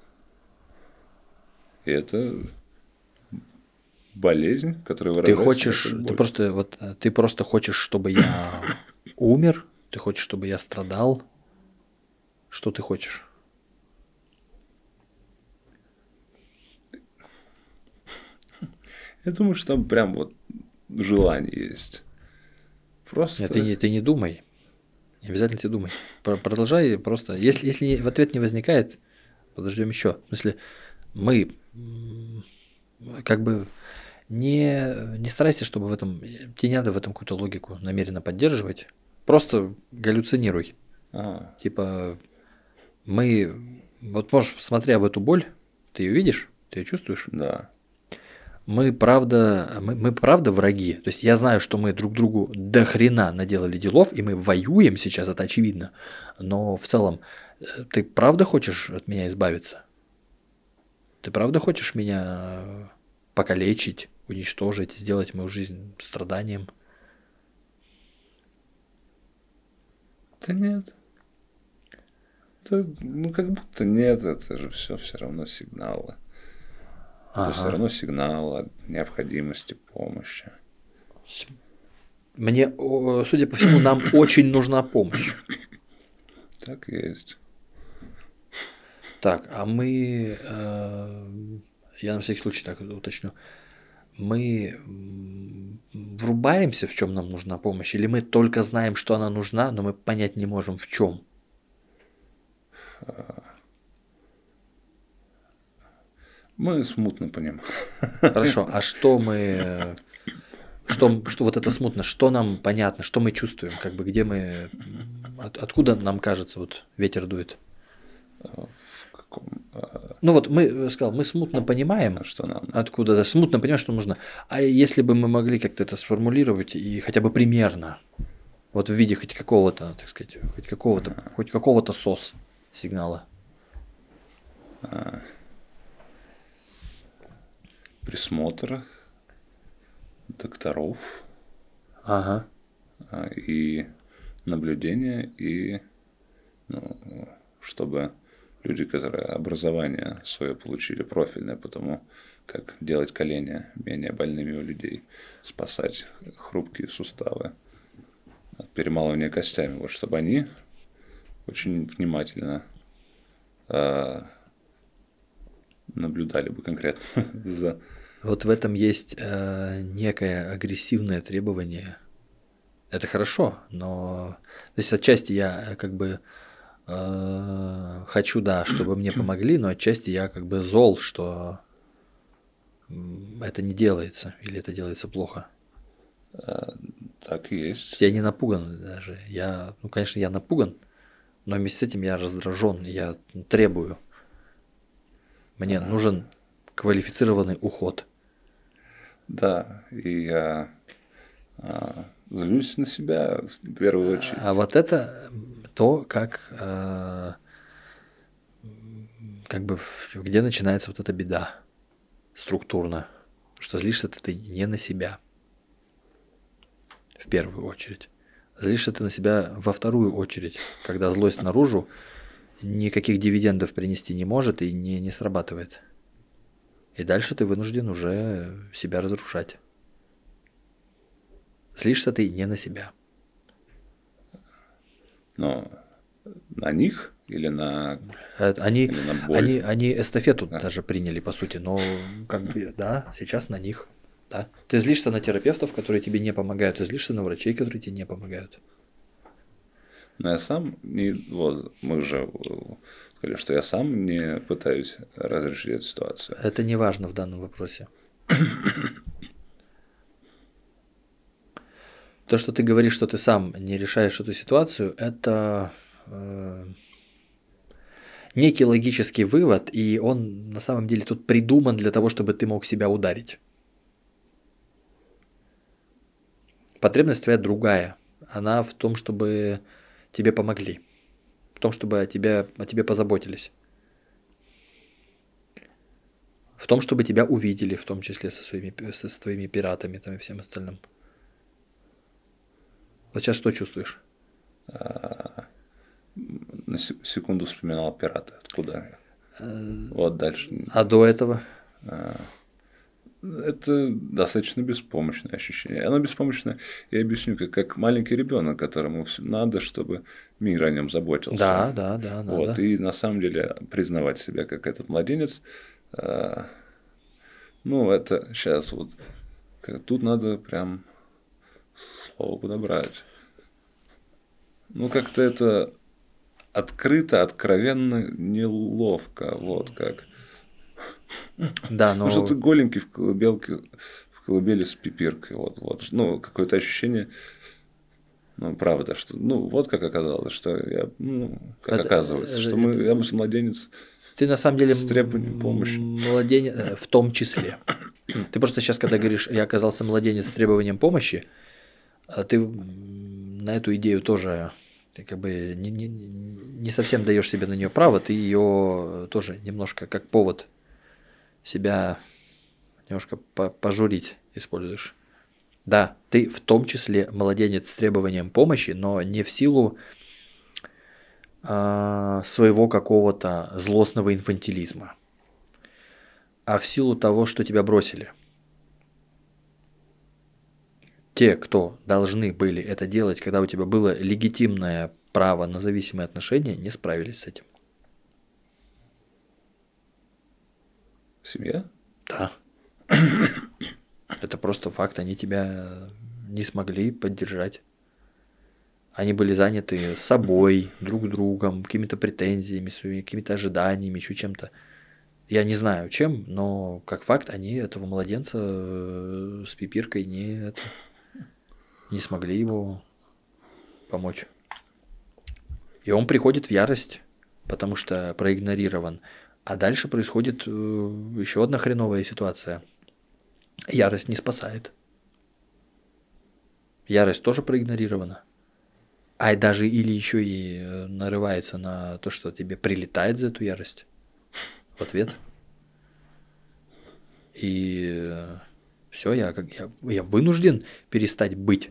И это болезнь, которая выражается. Ты просто хочешь, чтобы я умер? Ты хочешь, чтобы я страдал? Что ты хочешь? Я думаю, что там прям вот желание есть. Просто... Нет, ты не думай. Не обязательно ты думай. Продолжай просто. Если в ответ не возникает, подождем еще. В смысле, мы как бы не старайся, чтобы в этом... Тебе не надо в этом какую-то логику намеренно поддерживать. Просто галлюцинируй. Типа, вот можешь, смотря в эту боль, ты ее видишь, ты ее чувствуешь? Да. Мы правда враги. То есть я знаю, что мы друг другу до хрена наделали делов, и мы воюем сейчас, это очевидно. Но в целом, ты правда хочешь от меня избавиться? Ты правда хочешь меня покалечить, уничтожить, сделать мою жизнь страданием? Да нет. Да, как будто нет, это же все равно сигналы. Это все равно сигнал о необходимости помощи. Мне, судя по всему, нам очень нужна помощь. Так и есть. Так, а мы, я на всякий случай так уточню, мы врубаемся, в чем нам нужна помощь, или мы только знаем, что она нужна, но мы понять не можем, в чем? Мы смутно понимаем. Хорошо, а что вот это смутно, что нам понятно, что мы чувствуем, как бы где мы, откуда нам кажется, вот ветер дует? В каком? Ну вот мы сказал, мы смутно понимаем, что нам. откуда, да, смутно понимаем, что нужно. А если бы мы могли как-то это сформулировать и хотя бы примерно, вот в виде хоть какого-то, так сказать, хоть какого-то сос сигнала. Присмотр докторов. Ага. И наблюдение, и чтобы люди, которые образование свое получили профильное, потому как делать колени менее больными у людей, спасать хрупкие суставы от перемалывания костями, вот чтобы они очень внимательно наблюдали бы конкретно за... Вот в этом есть некое агрессивное требование. Это хорошо, но то есть отчасти я как бы хочу, да, чтобы мне помогли, но отчасти я как бы зол, что это не делается или это делается плохо. Так и есть. Я не напуган даже. Ну, конечно, я напуган, но вместе с этим я раздражен, я требую. Мне нужен квалифицированный уход. Да, и я злюсь на себя в первую очередь. А вот это то, как бы где начинается вот эта беда структурно, что злишься ты не на себя в первую очередь. Злишься ты на себя во вторую очередь, когда злость наружу никаких дивидендов принести не может и не срабатывает. И дальше ты вынужден уже себя разрушать. Злишься ты не на себя. Но на них или на... Они эстафету Да. даже приняли, по сути, но как бы, да, сейчас на них. Да. Ты злишься на терапевтов, которые тебе не помогают, ты злишься на врачей, которые тебе не помогают. Но я сам не... Вот, мы же сказали, что я сам не пытаюсь разрешить эту ситуацию. Это не важно в данном вопросе. То, что ты говоришь, что ты сам не решаешь эту ситуацию, это некий логический вывод, и он на самом деле тут придуман для того, чтобы ты мог себя ударить. Потребность твоя другая. Она в том, чтобы тебе помогли, в том, чтобы о тебе позаботились, в том, чтобы тебя увидели, в том числе со твоими пиратами там, и всем остальным. Вот сейчас что чувствуешь? На секунду вспоминал пираты. Откуда? Вот дальше. А до этого? Это достаточно беспомощное ощущение. Оно беспомощное, я объясню, как маленький ребенок, которому надо, чтобы мир о нем заботился. Да, вот, надо. И на самом деле признавать себя как этот младенец, это сейчас вот тут надо прям слово подобрать. Как-то это открыто, откровенно неловко, вот как. Да, но... Что ты голенький в колыбели с пипиркой, вот. Какое-то ощущение, правда, что, вот как оказалось, что я, оказывается, что я младенец. Ты на самом деле с требованием помощи. Младенец в том числе. Ты просто сейчас, когда говоришь, я оказался младенец с требованием помощи, ты на эту идею тоже ты как бы не совсем даешь себе на нее право, ты ее тоже немножко как повод себя немножко пожурить используешь. Да, ты в том числе младенец с требованием помощи, но не в силу своего какого-то злостного инфантилизма, а в силу того, что тебя бросили. Те, кто должны были это делать, когда у тебя было легитимное право на зависимые отношения, не справились с этим. Семья? Да. Это просто факт, они тебя не смогли поддержать. Они были заняты собой, друг другом, какими-то претензиями, своими какими-то ожиданиями, еще чем-то. Я не знаю чем, но как факт они этого младенца с пипиркой не смогли ему помочь. И он приходит в ярость, потому что проигнорирован А дальше происходит еще одна хреновая ситуация. Ярость не спасает. Ярость тоже проигнорирована. А даже или еще и нарывается на то, что тебе прилетает за эту ярость в ответ. И все, я вынужден перестать быть.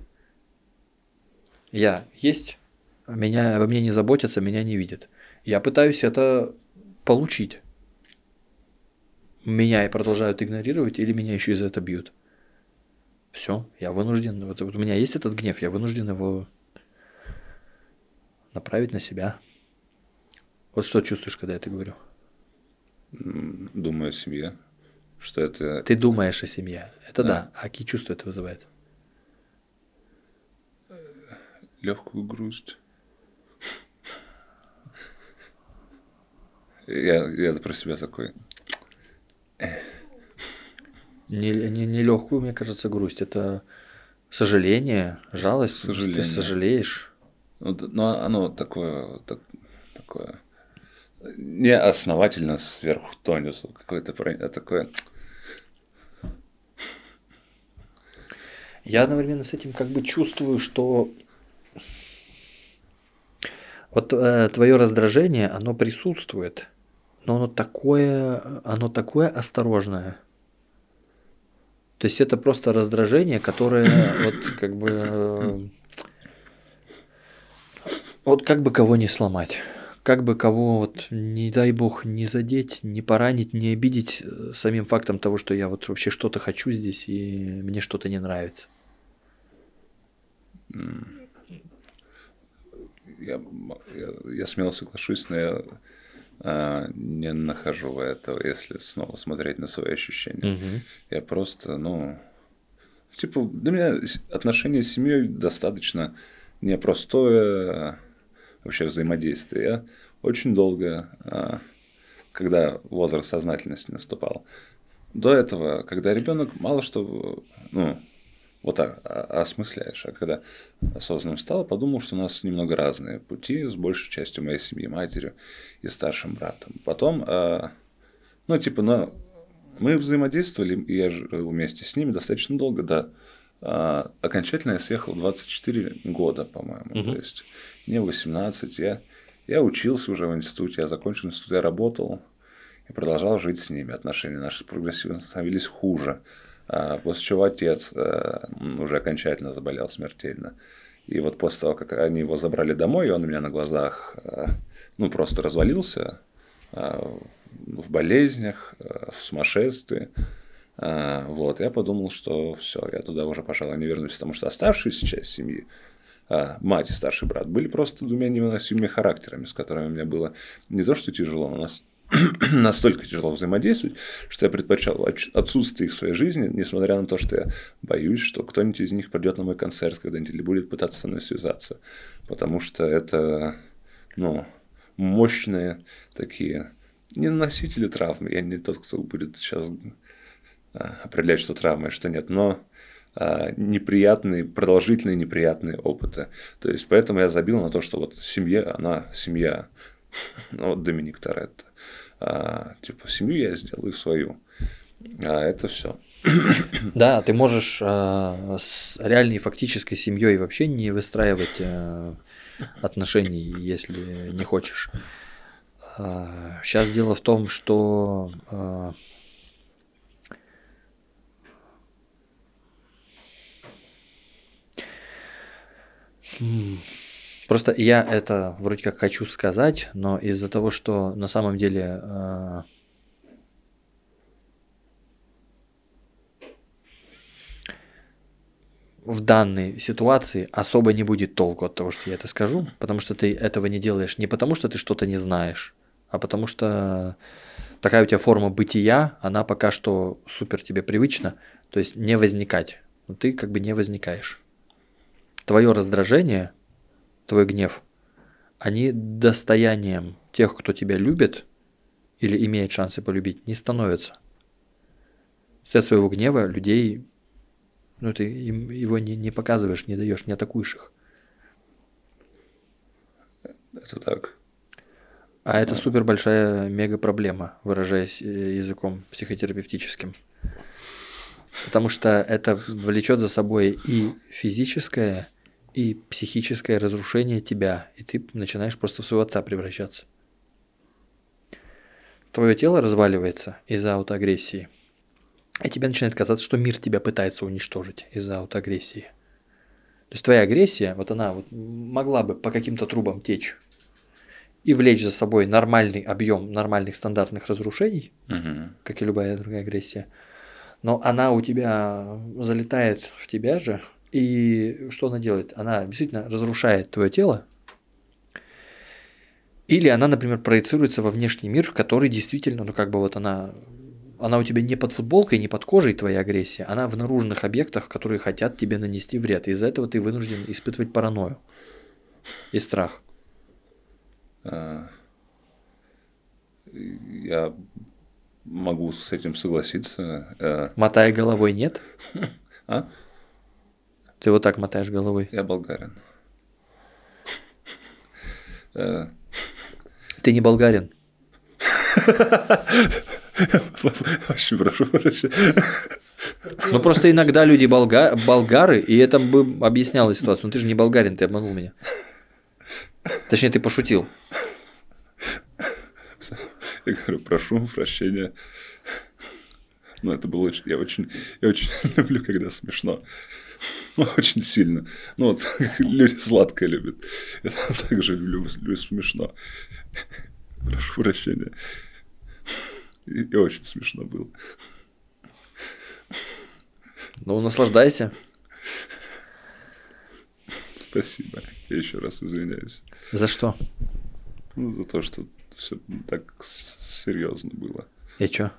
Я есть, обо мне не заботятся, меня не видят. Я пытаюсь это получить. Меня и продолжают игнорировать, или меня еще и за это бьют. Все, я вынужден. Вот у меня есть этот гнев, я вынужден его направить на себя. Вот что чувствуешь, когда я это говорю? Думаю о семье, что это... Ты думаешь о семье. Это да. А какие чувства это вызывает? Легкую грусть. Я про себя такой. Не легкую, мне кажется, грусть. Это сожаление, жалость. Сожаление. Ты сожалеешь. Но оно такое не основательно сверху тонусу, какое-то такое. Я одновременно с этим как бы чувствую, что вот твое раздражение, оно присутствует, но оно такое осторожное. То есть это просто раздражение, которое вот как бы кого не сломать, как бы кого вот не дай бог не задеть, не поранить, не обидеть самим фактом того, что я вот вообще что-то хочу здесь и мне что-то не нравится. Я смело соглашусь, но я не нахожу этого, если снова смотреть на свои ощущения. Угу. Я просто, для меня отношения с семьей достаточно непростое вообще взаимодействие. Я очень долго, когда возраст сознательности наступал, до этого, когда ребенок мало что, вот так осмысляешь, а когда осознанным стал, подумал, что у нас немного разные пути с большей частью моей семьи, матерью и старшим братом. Потом, мы взаимодействовали, и я жил вместе с ними достаточно долго, да. Окончательно я съехал в 24 года, по-моему, то есть не 18. Я учился уже в институте, я закончил институт, я работал и продолжал жить с ними. Отношения наши прогрессивно становились хуже. После чего отец уже окончательно заболел смертельно. И вот после того, как они его забрали домой, и он у меня на глазах просто развалился в болезнях, в сумасшествии. Я подумал, что все, я туда уже, пожалуй, не вернусь, потому что оставшаяся часть семьи, мать и старший брат, были просто двумя невыносимыми характерами, с которыми мне было не то что тяжело, но настолько тяжело взаимодействовать, что я предпочел отсутствие их в своей жизни, несмотря на то, что я боюсь, что кто-нибудь из них придет на мой концерт когда-нибудь или будет пытаться со мной связаться. Потому что это, мощные такие, не носители травмы, я не тот, кто будет сейчас определять, что травма и что нет, но неприятные, продолжительные неприятные опыты. То есть, поэтому я забил на то, что вот семья, она семья. Доминик Торетто. Семью я сделаю свою. Это все. Да, ты можешь с реальной фактической семьей вообще не выстраивать отношений, если не хочешь. Сейчас дело в том, что просто я это вроде как хочу сказать, но из-за того, что на самом деле в данной ситуации особо не будет толку от того, что я это скажу, потому что ты этого не делаешь не потому, что ты что-то не знаешь, а потому что такая у тебя форма бытия, она пока что супер тебе привычна, то есть не возникать. Но ты как бы не возникаешь. Твое раздражение, твой гнев, они достоянием тех, кто тебя любит или имеет шансы полюбить, не становятся. Ты от своего гнева людей, ты им его не показываешь, не даешь, не атакуешь их. Это так. А это супер большая мега проблема, выражаясь языком психотерапевтическим. Потому что это влечет за собой и физическое, и психическое разрушение тебя. И ты начинаешь просто в своего отца превращаться. Твое тело разваливается из-за аутоагрессии. И тебе начинает казаться, что мир тебя пытается уничтожить из-за аутоагрессии. То есть твоя агрессия, вот она вот могла бы по каким-то трубам течь и влечь за собой нормальный объем нормальных стандартных разрушений, как и любая другая агрессия. Но она у тебя залетает в тебя же, и что она делает? Она действительно разрушает твое тело, или она, например, проецируется во внешний мир, который действительно, ну как бы вот она у тебя не под футболкой, не под кожей твоя агрессия, она в наружных объектах, которые хотят тебе нанести вред. Из-за этого ты вынужден испытывать паранойю и страх. Я могу с этим согласиться. Мотая головой, нет? А? Ты вот так мотаешь головой. Я болгарин. Ты не болгарин. Очень прошу прощения. Ну просто иногда люди болгары, и это бы объясняло ситуацию. Ну ты же не болгарин, ты обманул меня. Точнее, ты пошутил. Я говорю, прошу прощения. Ну, это было очень... Я очень люблю, когда смешно. Ну, очень сильно. Ну, вот люди сладкое любят. Я также люблю смешно. Прошу прощения. И очень смешно было. Ну, наслаждайся. Спасибо. Я еще раз извиняюсь. За что? Ну, за то, что все так серьезно было. И чё?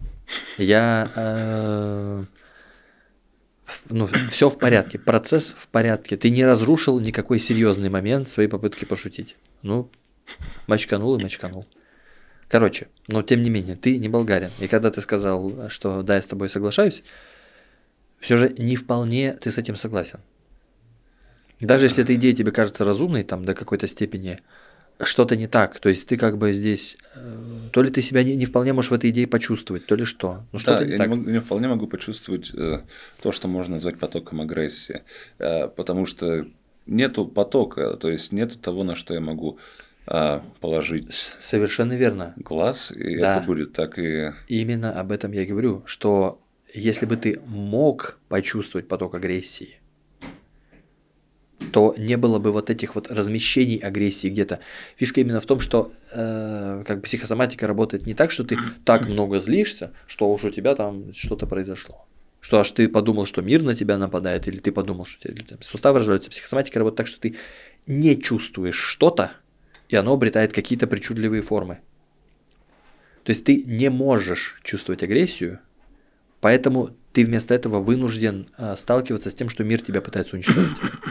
Ну, все в порядке, процесс в порядке. Ты не разрушил никакой серьезный момент своей попытки пошутить. Ну, мочканул и мочканул. Короче, но тем не менее, ты не болгарин. И когда ты сказал, что да, я с тобой соглашаюсь, все же не вполне ты с этим согласен. Даже если эта идея тебе кажется разумной, там, до какой-то степени, что-то не так. То есть ты как бы здесь, то ли ты себя не вполне можешь в этой идее почувствовать, то ли что. Ну, что-то да, не так. Я не вполне могу почувствовать то, что можно назвать потоком агрессии, потому что нету потока, то есть нету того, на что я могу положить совершенно верно. глаз, и да. это будет так и... Именно об этом я и говорю, что если бы ты мог почувствовать поток агрессии, то не было бы вот этих вот размещений агрессии где-то. Фишка именно в том, что как психосоматика работает не так, что ты так много злишься, что уж у тебя там что-то произошло. Что аж ты подумал, что мир на тебя нападает, или ты подумал, что у тебя суставы развиваются. Психосоматика работает так, что ты не чувствуешь что-то, и оно обретает какие-то причудливые формы. То есть ты не можешь чувствовать агрессию, поэтому ты вместо этого вынужден сталкиваться с тем, что мир тебя пытается уничтожить.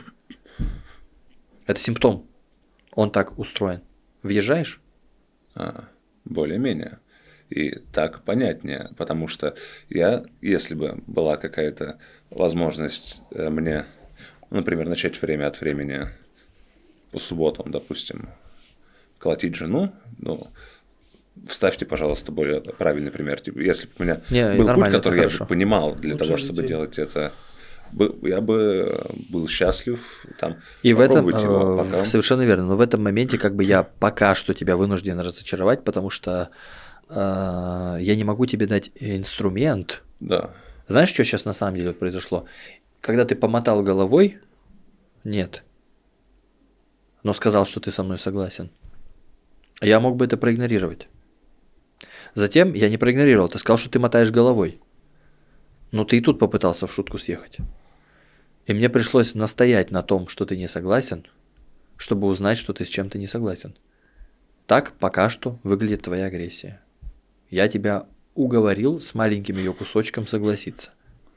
Это симптом. Он так устроен. Въезжаешь? Более-менее. И так понятнее, потому что если бы была какая-то возможность мне, например, начать время от времени по субботам, допустим, колотить жену, ну, вставьте, пожалуйста, более правильный пример. Типа, если бы у меня был путь, который я бы понимал для того, чтобы делать это, я бы был счастлив там и попробовать в этом, его. Пока... Совершенно верно. Но в этом моменте как бы я пока что тебя вынужден разочаровать, потому что я не могу тебе дать инструмент. Да. Знаешь, что сейчас на самом деле произошло? Когда ты помотал головой, нет, но сказал, что ты со мной согласен, я мог бы это проигнорировать. Затем я не проигнорировал, ты сказал, что ты мотаешь головой. Но ты и тут попытался в шутку съехать. И мне пришлось настоять на том, что ты не согласен, чтобы узнать, что ты с чем-то не согласен. Так пока что выглядит твоя агрессия. Я тебя уговорил с маленьким ее кусочком согласиться.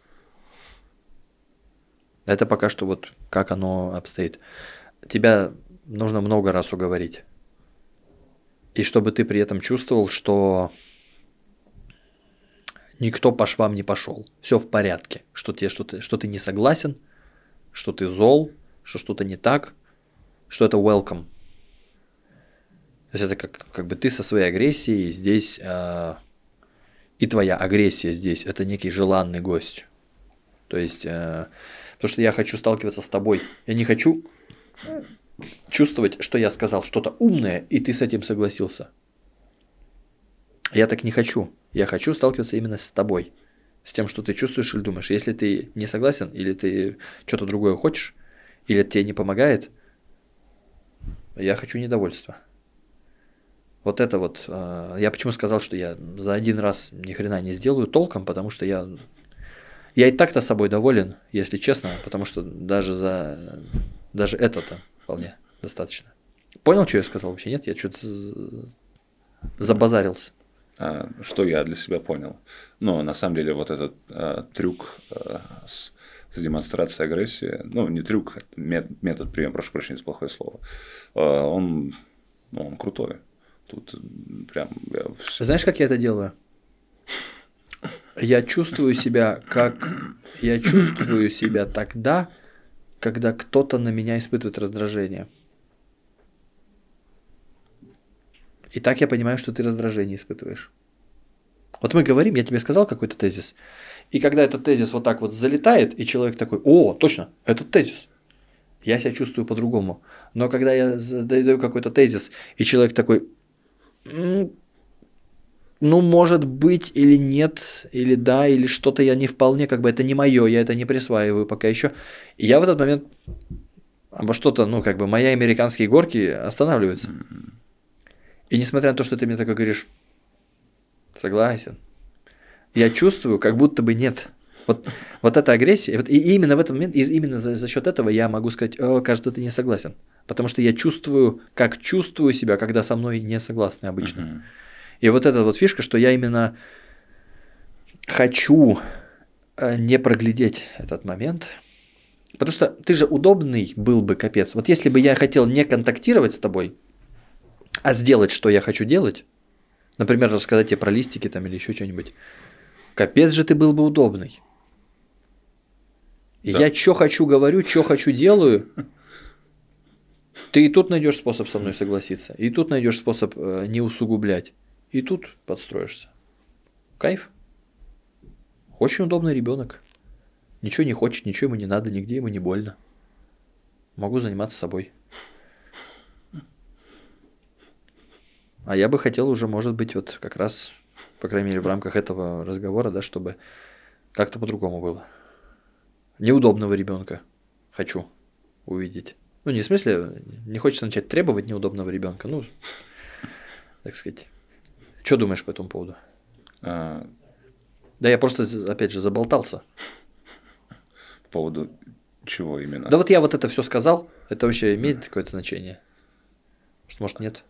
Это пока что вот как оно обстоит. Тебя нужно много раз уговорить. И чтобы ты при этом чувствовал, что никто по швам не пошел. Все в порядке. Что ты не согласен, что ты зол, что что-то не так, что это welcome. То есть это как бы ты со своей агрессией здесь, и твоя агрессия здесь – это некий желанный гость. То есть, потому что я хочу сталкиваться с тобой. Я не хочу чувствовать, что я сказал что-то умное, и ты с этим согласился. Я так не хочу. Я хочу сталкиваться именно с тобой. С тем, что ты чувствуешь или думаешь. Если ты не согласен, или ты что-то другое хочешь, или это тебе не помогает, я хочу недовольства. Вот это вот. Я почему сказал, что я за один раз ни хрена не сделаю толком, потому что я и так-то собой доволен, если честно, потому что даже это-то вполне достаточно. Понял, что я сказал вообще? Нет, я что-то забазарился. Что я для себя понял? Но на самом деле вот этот трюк с демонстрацией агрессии, ну не трюк, метод, прием, прошу прощения за плохое слово, он крутой. Тут прям... Знаешь, как я это делаю? Я чувствую себя тогда, когда кто-то на меня испытывает раздражение. И так я понимаю, что ты раздражение испытываешь. Вот мы говорим, я тебе сказал какой-то тезис, и когда этот тезис вот так вот залетает, и человек такой: о, точно, этот тезис, я себя чувствую по-другому. Но когда я задаю какой-то тезис, и человек такой: ну, может быть, или нет, или да, или что-то я не вполне, как бы это не мое, я это не присваиваю пока еще. И я в этот момент обо что-то, мои американские горки останавливаются. И несмотря на то, что ты мне такой говоришь: согласен, я чувствую, как будто бы нет. Вот эта агрессия, и именно в этот момент, именно за счет этого я могу сказать: кажется, ты не согласен. Потому что я чувствую, как чувствую себя, когда со мной не согласны обычно. И вот эта вот фишка, что я именно хочу не проглядеть этот момент. Потому что ты же удобный был бы, капец. Вот если бы я хотел не контактировать с тобой, а сделать, что я хочу делать, например, рассказать тебе про листики там или еще что-нибудь, капец же ты был бы удобный. Да. Я что хочу говорю, что хочу делаю, ты и тут найдешь способ со мной согласиться, и тут найдешь способ не усугублять, и тут подстроишься. Кайф. Очень удобный ребенок. Ничего не хочет, ничего ему не надо, нигде ему не больно. Могу заниматься собой. А я бы хотел уже, может быть, вот как раз, по крайней мере, в рамках этого разговора, да, чтобы как-то по-другому было. Неудобного ребенка хочу увидеть. Ну, не в смысле, не хочется начать требовать неудобного ребенка, так сказать. Что думаешь по этому поводу? Да я просто, опять же, заболтался. По поводу чего именно? Да вот я вот это все сказал, это вообще имеет какое-то значение? Может, нет?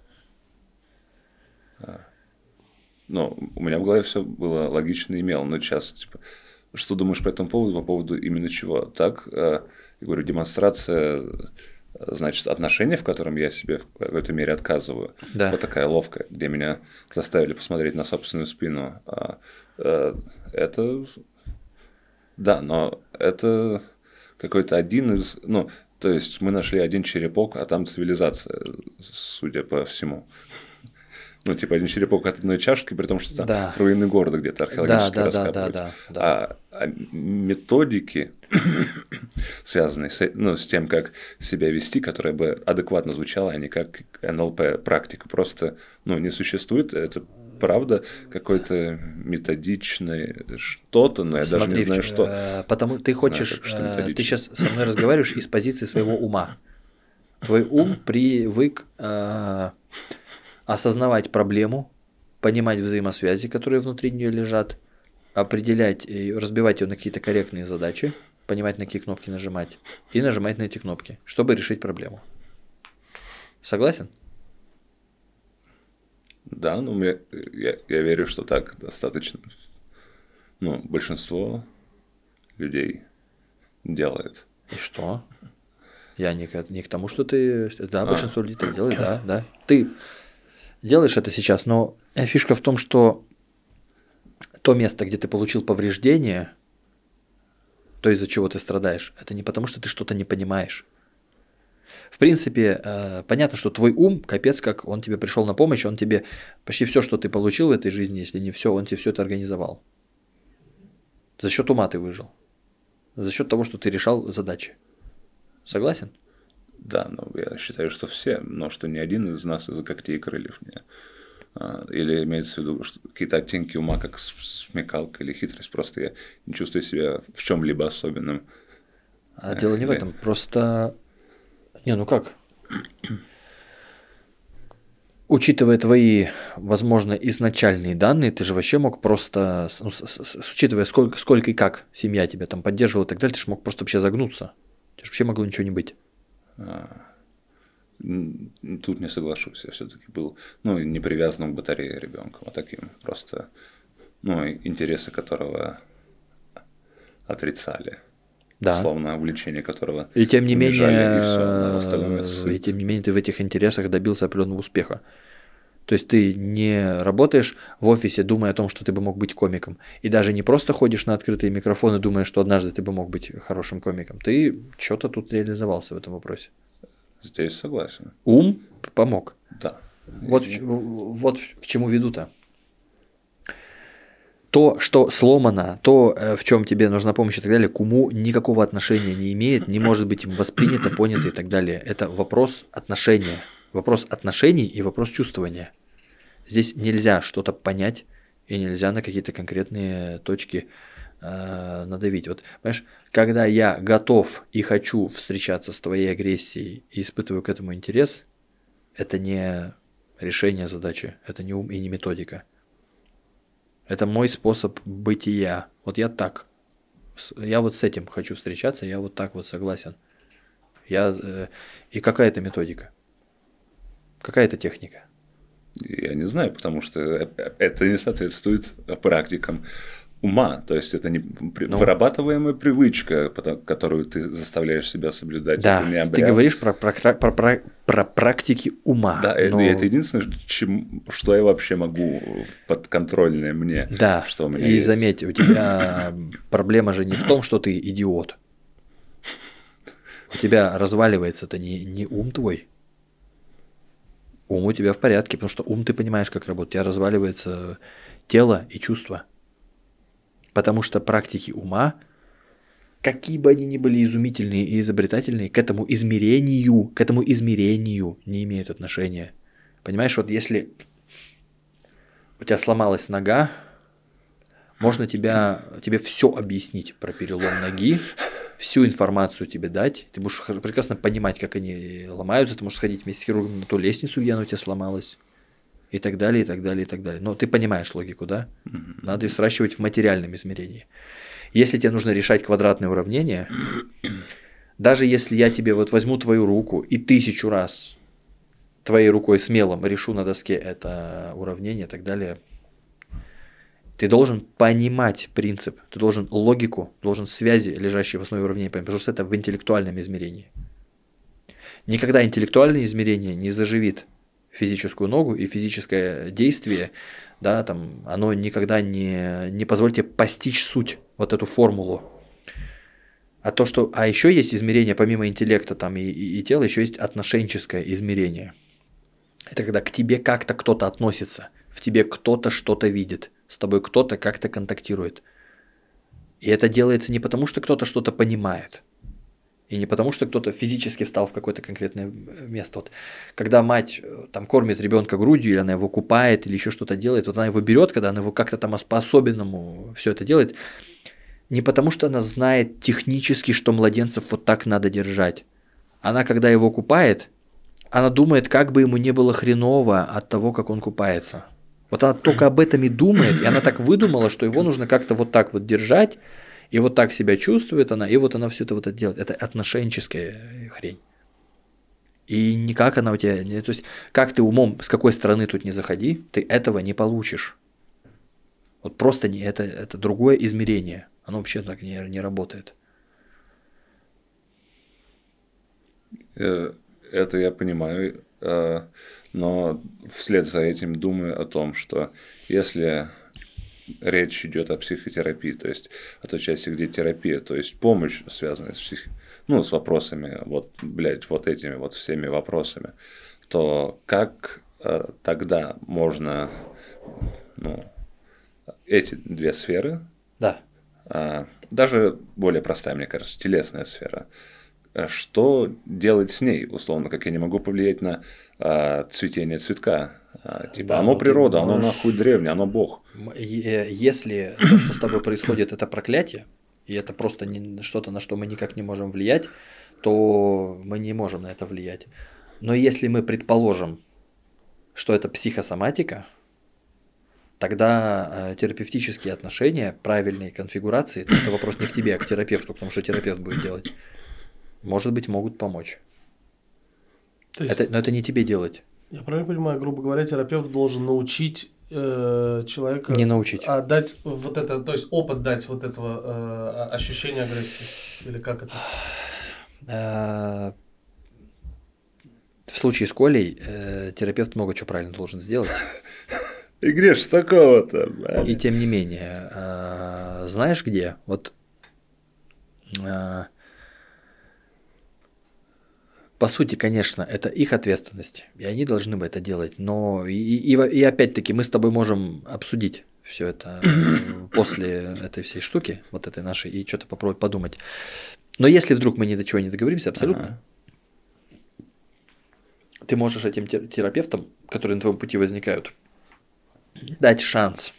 Ну, у меня в голове все было логично и имело, но сейчас, что думаешь по этому поводу, по поводу именно чего? Так, я говорю, демонстрация, значит, отношения, в котором я себе в какой-то мере отказываю. Да. Вот такая ловкая, где меня заставили посмотреть на собственную спину. Это, да, но это какой-то один из, то есть мы нашли один черепок, а там цивилизация, судя по всему. Один черепок от одной чашки, при том, что там руины города где-то археологически раскапывают. Да. А методики, связанные с тем, как себя вести, которая бы адекватно звучала, а не как НЛП практика, просто не существует. Это правда какое-то методичное что-то, но я даже не знаю, что. Потому ты хочешь, ты сейчас со мной разговариваешь из позиции своего ума. Твой ум привык осознавать проблему, понимать взаимосвязи, которые внутри нее лежат, определять и разбивать ее на какие-то корректные задачи, понимать, на какие кнопки нажимать, и нажимать на эти кнопки, чтобы решить проблему. Согласен? Да, я верю, что так достаточно. Большинство людей делает. И что? Я не к тому, что ты... Да, большинство людей так делает, да. Ты делаешь это сейчас, но фишка в том, что то место, где ты получил повреждение, то, из-за чего ты страдаешь, это не потому, что ты что-то не понимаешь. В принципе, понятно, что твой ум, капец, как он тебе пришел на помощь, он тебе почти все, что ты получил в этой жизни, если не все, он тебе все это организовал. За счет ума ты выжил. За счет того, что ты решал задачи. Согласен? Да, но я считаю, что все, но что ни один из нас из-за когтей и крыльев не. Или имеется в виду что какие-то оттенки ума, как смекалка или хитрость, просто я не чувствую себя в чем-либо особенным. А дело не в этом, просто... Не, ну как? Учитывая твои, возможно, изначальные данные, ты же вообще мог просто, ну, учитывая сколько и как семья тебя там поддерживала и так далее, ты же мог просто вообще загнуться. У тебя же вообще могло ничего не быть. Тут не соглашусь, я все-таки был, ну, не привязан к батарее ребенком, а таким просто, ну, интересы которого отрицали. Да. Словно увлечение которого и тем не менее, и все, а в остальном и тем не менее ты в этих интересах добился определенного успеха. То есть ты не работаешь в офисе, думая о том, что ты бы мог быть комиком, и даже не просто ходишь на открытые микрофоны, думая, что однажды ты бы мог быть хорошим комиком. Ты что-то тут реализовался в этом вопросе. Здесь согласен. Ум помог. Да. Вот к чему веду-то. То, что сломано, то, в чем тебе нужна помощь и так далее, к уму никакого отношения не имеет, не может быть им воспринято, понято и так далее. Это вопрос отношения. Вопрос отношений и вопрос чувствования. Здесь нельзя что-то понять и нельзя на какие-то конкретные точки надавить. Вот, понимаешь, когда я готов и хочу встречаться с твоей агрессией и испытываю к этому интерес, это не решение задачи, это не ум и не методика. Это мой способ бытия. Вот я так. Я вот с этим хочу встречаться, я вот так вот согласен. И какая это методика? Какая это техника? Я не знаю, потому что это не соответствует практикам ума. То есть это не вырабатываемая привычка, которую ты заставляешь себя соблюдать. Да, ты говоришь про практики ума. Да, но... это единственное, что я вообще могу подконтрольное мне. Да, что у меня и есть. Заметь, у тебя проблема же не в том, что ты идиот. У тебя разваливается это не ум твой. Ум у тебя в порядке, потому что ум ты понимаешь, как работает. У тебя разваливается тело и чувства. Потому что практики ума, какие бы они ни были изумительные и изобретательные, к этому измерению не имеют отношения. Понимаешь, вот если у тебя сломалась нога, можно тебе все объяснить про перелом ноги, всю информацию тебе дать, ты будешь прекрасно понимать, как они ломаются, ты можешь сходить вместе с хирургом на ту лестницу, где она у тебя сломалась, и так далее, и так далее, и так далее. Но ты понимаешь логику, да? Надо ее сращивать в материальном измерении. Если тебе нужно решать квадратные уравнения, даже если я тебе вот возьму твою руку и 1000 раз твоей рукой смелым решу на доске это уравнение и так далее, ты должен понимать принцип, ты должен логику, должен связи, лежащие в основе уравнения, понимать, потому что это в интеллектуальном измерении. Никогда интеллектуальное измерение не заживит физическую ногу и физическое действие, да, там, оно никогда не позволит тебе постичь суть, вот эту формулу. А еще есть измерение, помимо интеллекта там, и тела, еще есть отношенческое измерение. Это когда к тебе как-то кто-то относится, в тебе кто-то что-то видит, с тобой кто-то как-то контактирует. И это делается не потому, что кто-то что-то понимает, и не потому, что кто-то физически встал в какое-то конкретное место. Вот, когда мать там кормит ребенка грудью, или она его купает, или еще что-то делает, вот она его берет, когда она его как-то там по-особенному все это делает, не потому, что она знает технически, что младенцев вот так надо держать. Она, когда его купает, она думает, как бы ему не было хреново от того, как он купается. Вот она только об этом и думает, и она так выдумала, что его нужно как-то вот так вот держать, и вот так себя чувствует она, и вот она все это вот это делает. Это отношенческая хрень. И никак она у тебя... То есть, как ты умом, с какой стороны тут не заходи, ты этого не получишь. Вот просто это другое измерение. Оно вообще так не работает. Это я понимаю, но вслед за этим думаю о том, что если речь идет о психотерапии, то есть о той части, где терапия, то есть помощь, связанная с вопросами, вот этими вот всеми вопросами, то как тогда можно эти две сферы, да. Даже более простая, мне кажется, телесная сфера, что делать с ней, условно, как я не могу повлиять на цветение цветка. Типа, оно природа, оно нахуй древнее, оно бог. Если то, что с тобой происходит, это проклятие, и это просто что-то, на что мы никак не можем влиять, то мы не можем на это влиять. Но если мы предположим, что это психосоматика, тогда терапевтические отношения, правильные конфигурации, это вопрос не к тебе, а к терапевту, потому что терапевт будет делать, может быть, могут помочь. Но это не тебе делать. Я правильно понимаю, грубо говоря, терапевт должен научить человека... Не научить. А дать вот это, то есть опыт дать вот этого ощущения агрессии? Или как это? В случае с Колей терапевт много чего правильно должен сделать. И где ж такого-то? И тем не менее, знаешь где? Вот по сути, конечно, это их ответственность, и они должны бы это делать. Но и опять-таки мы с тобой можем обсудить все это после этой всей штуки, вот этой нашей, и что-то попробовать подумать. Но если вдруг мы ни до чего не договоримся, абсолютно, ты можешь этим терапевтам, которые на твоем пути возникают, дать шанс.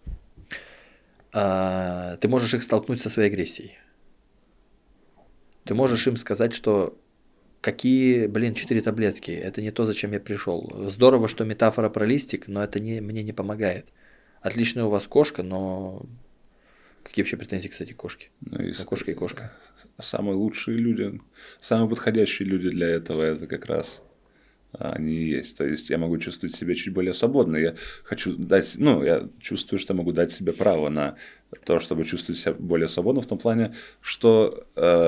Ты можешь их столкнуть со своей агрессией. Ты можешь им сказать, что какие, 4 таблетки, это не то, зачем я пришел. Здорово, что метафора про листик, но это мне не помогает. Отличная у вас кошка, но какие вообще претензии, кстати, к кошке? Кошка и кошка. Самые лучшие люди, самые подходящие люди для этого, это как раз они и есть. То есть я могу чувствовать себя чуть более свободно. Я хочу дать, я чувствую, что могу дать себе право на то, чтобы чувствовать себя более свободно в том плане, что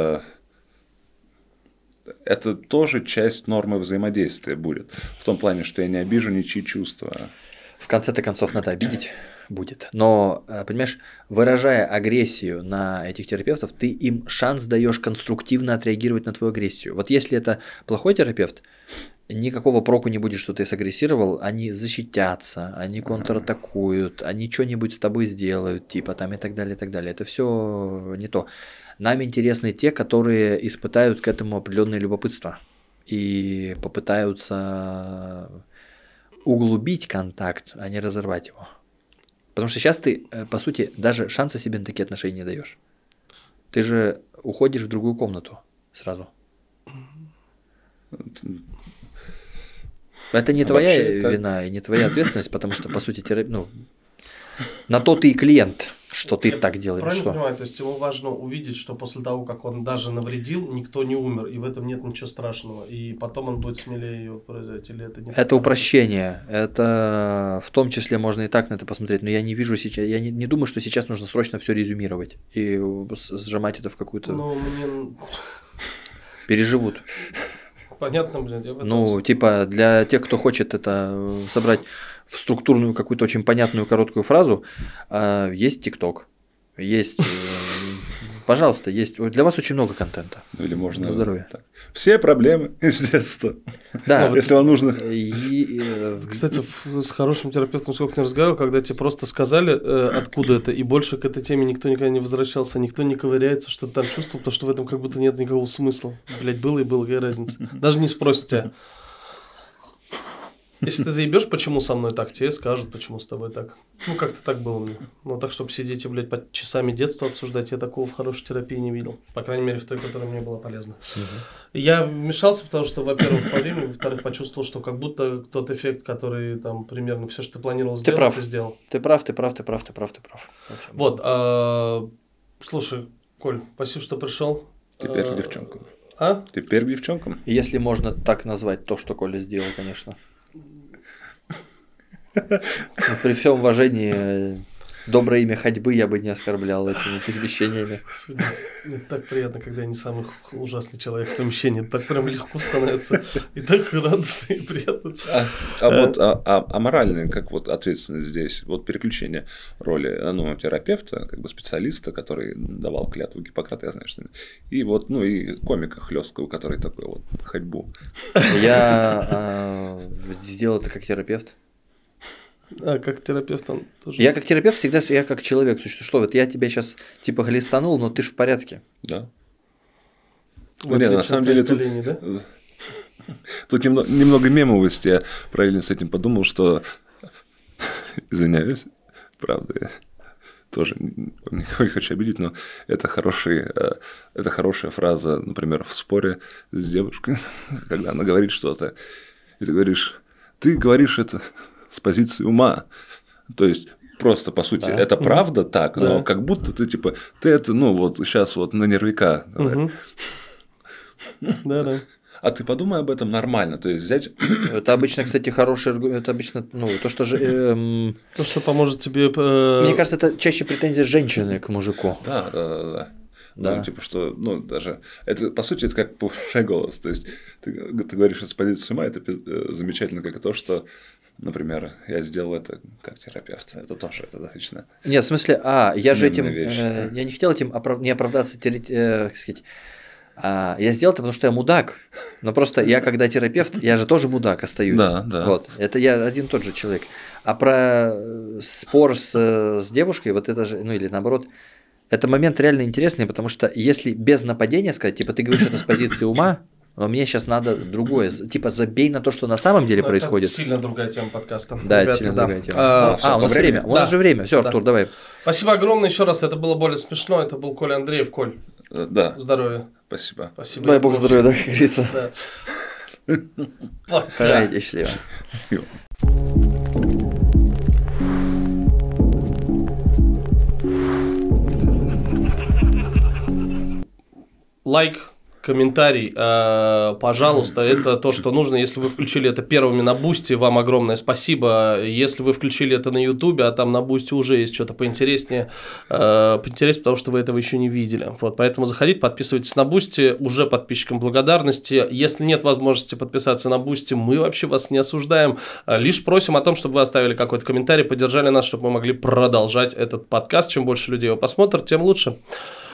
это тоже часть нормы взаимодействия будет. В том плане, что я не обижу ничьи чувства. В конце-то концов надо обидеть будет. Но, понимаешь, выражая агрессию на этих терапевтов, ты им шанс даешь конструктивно отреагировать на твою агрессию. Вот если это плохой терапевт, никакого проку не будет, что ты сагрессировал, они защитятся, они контратакуют, они что-нибудь с тобой сделают, типа там и так далее, и так далее. Это все не то. Нам интересны те, которые испытают к этому определенное любопытство и попытаются углубить контакт, а не разорвать его. Потому что сейчас ты, по сути, даже шанса себе на такие отношения не даешь. Ты же уходишь в другую комнату сразу. Это не твоя вина и не твоя ответственность, потому что, по сути, на то ты и клиент, что ты так делаешь. Правильно понимаю, то есть ему важно увидеть, что после того, как он даже навредил, никто не умер, и в этом нет ничего страшного, и потом он будет смелее ее произойти, или это не это упрощение, это в том числе можно и так на это посмотреть, но я не вижу сейчас, я не думаю, что сейчас нужно срочно все резюмировать и сжимать это в какую-то... Переживут. Понятно, блядь. Типа для тех, кто хочет это собрать в структурную какую-то очень понятную короткую фразу, есть ТикТок, есть, пожалуйста, есть для вас очень много контента. Или можно здоровья. Все проблемы из детства. Да, если вам нужно. Кстати, с хорошим терапевтом сколько не разговаривал, когда тебе просто сказали, откуда это, и больше к этой теме никто никогда не возвращался, никто не ковыряется, что ты там чувствовал, потому что в этом как будто нет никакого смысла. Блять, было и было, какая разница. Даже не спросят тебя. Если ты заебешь, почему со мной так, тебе скажут, почему с тобой так. Как-то так было мне. Так, чтобы сидеть и, блядь, под часами детства обсуждать, я такого в хорошей терапии не видел. По крайней мере, в той, которая мне была полезна. Я вмешался, потому что, во-первых, по времени, во-вторых, почувствовал, что как будто тот эффект, который там примерно все, что ты планировал сделать, ты сделал. Ты прав. Вот, слушай, Коль, спасибо, что пришел. Теперь к девчонкам. Теперь к девчонкам. Если можно так назвать то, что Коля сделал, конечно. При всем уважении доброе имя ходьбы я бы не оскорблял этими перемещениями. Мне так приятно, когда я не самый ужасный человек в помещении. Так прям легко становится. И так радостно и приятно. А моральная, как вот ответственность здесь, вот переключение роли, ну, терапевта, как бы специалиста, который давал клятву Гиппократа, я знаю, что и вот, ну, и комика хлесткого, который такой вот ходьбу. Я сделал это как терапевт. А как терапевт он тоже? Я как терапевт всегда, я как человек. То есть, что вот я тебя сейчас типа глистанул, но ты же в порядке. Да. Нет, на самом деле тут немного мемовости. Я правильно с этим подумал, что извиняюсь, правда, я тоже не хочу обидеть, но это хорошая фраза, например, в споре с девушкой, когда она говорит что-то, и ты говоришь это с позиции ума, то есть просто по сути это правда так, но как будто ты типа ты это, ну вот сейчас вот на нервяка говоришь. Да. А ты подумай об этом нормально, то есть взять. Это обычно, кстати, хороший аргумент. Это обычно, ну, то, что же. То, что поможет тебе. Мне кажется, это чаще претензия женщины к мужику. Да. Ну, типа, что, ну, даже, это, по сути, это как повышай голос, то есть, ты говоришь с позиции ума, это замечательно, как и то, что, например, я сделал это как терапевт, это тоже, это достаточно. Нет, в смысле, я же этим, я не хотел этим не оправдаться, как сказать, я сделал это, потому что я мудак, но просто я, когда терапевт, я же тоже мудак остаюсь. Да. Вот, это я один тот же человек. А про спор с девушкой, вот это же, ну или наоборот, это момент реально интересный, потому что если без нападения сказать, типа ты говоришь это с позиции ума, но мне сейчас надо другое, типа забей на то, что на самом деле происходит. Это сильно другая тема подкаста. Да, это сильно другая тема. У нас время, у нас же время. Все, Артур, давай. Спасибо огромное еще раз, это было более смешно, это был Коля Андреев. Коль, да. Здоровья. Спасибо. Дай бог здоровья, да, как говорится. Пока. Счастливо. Лайк, комментарий, пожалуйста, это то, что нужно. Если вы включили это первыми на Бусти, вам огромное спасибо. Если вы включили это на Ютубе, а там на Бусти уже есть что-то поинтереснее, потому что вы этого еще не видели. Вот, поэтому заходите, подписывайтесь на Бусти, уже подписчикам благодарности. Если нет возможности подписаться на Бусти, мы вообще вас не осуждаем, лишь просим о том, чтобы вы оставили какой-то комментарий, поддержали нас, чтобы мы могли продолжать этот подкаст. Чем больше людей его посмотрят, тем лучше.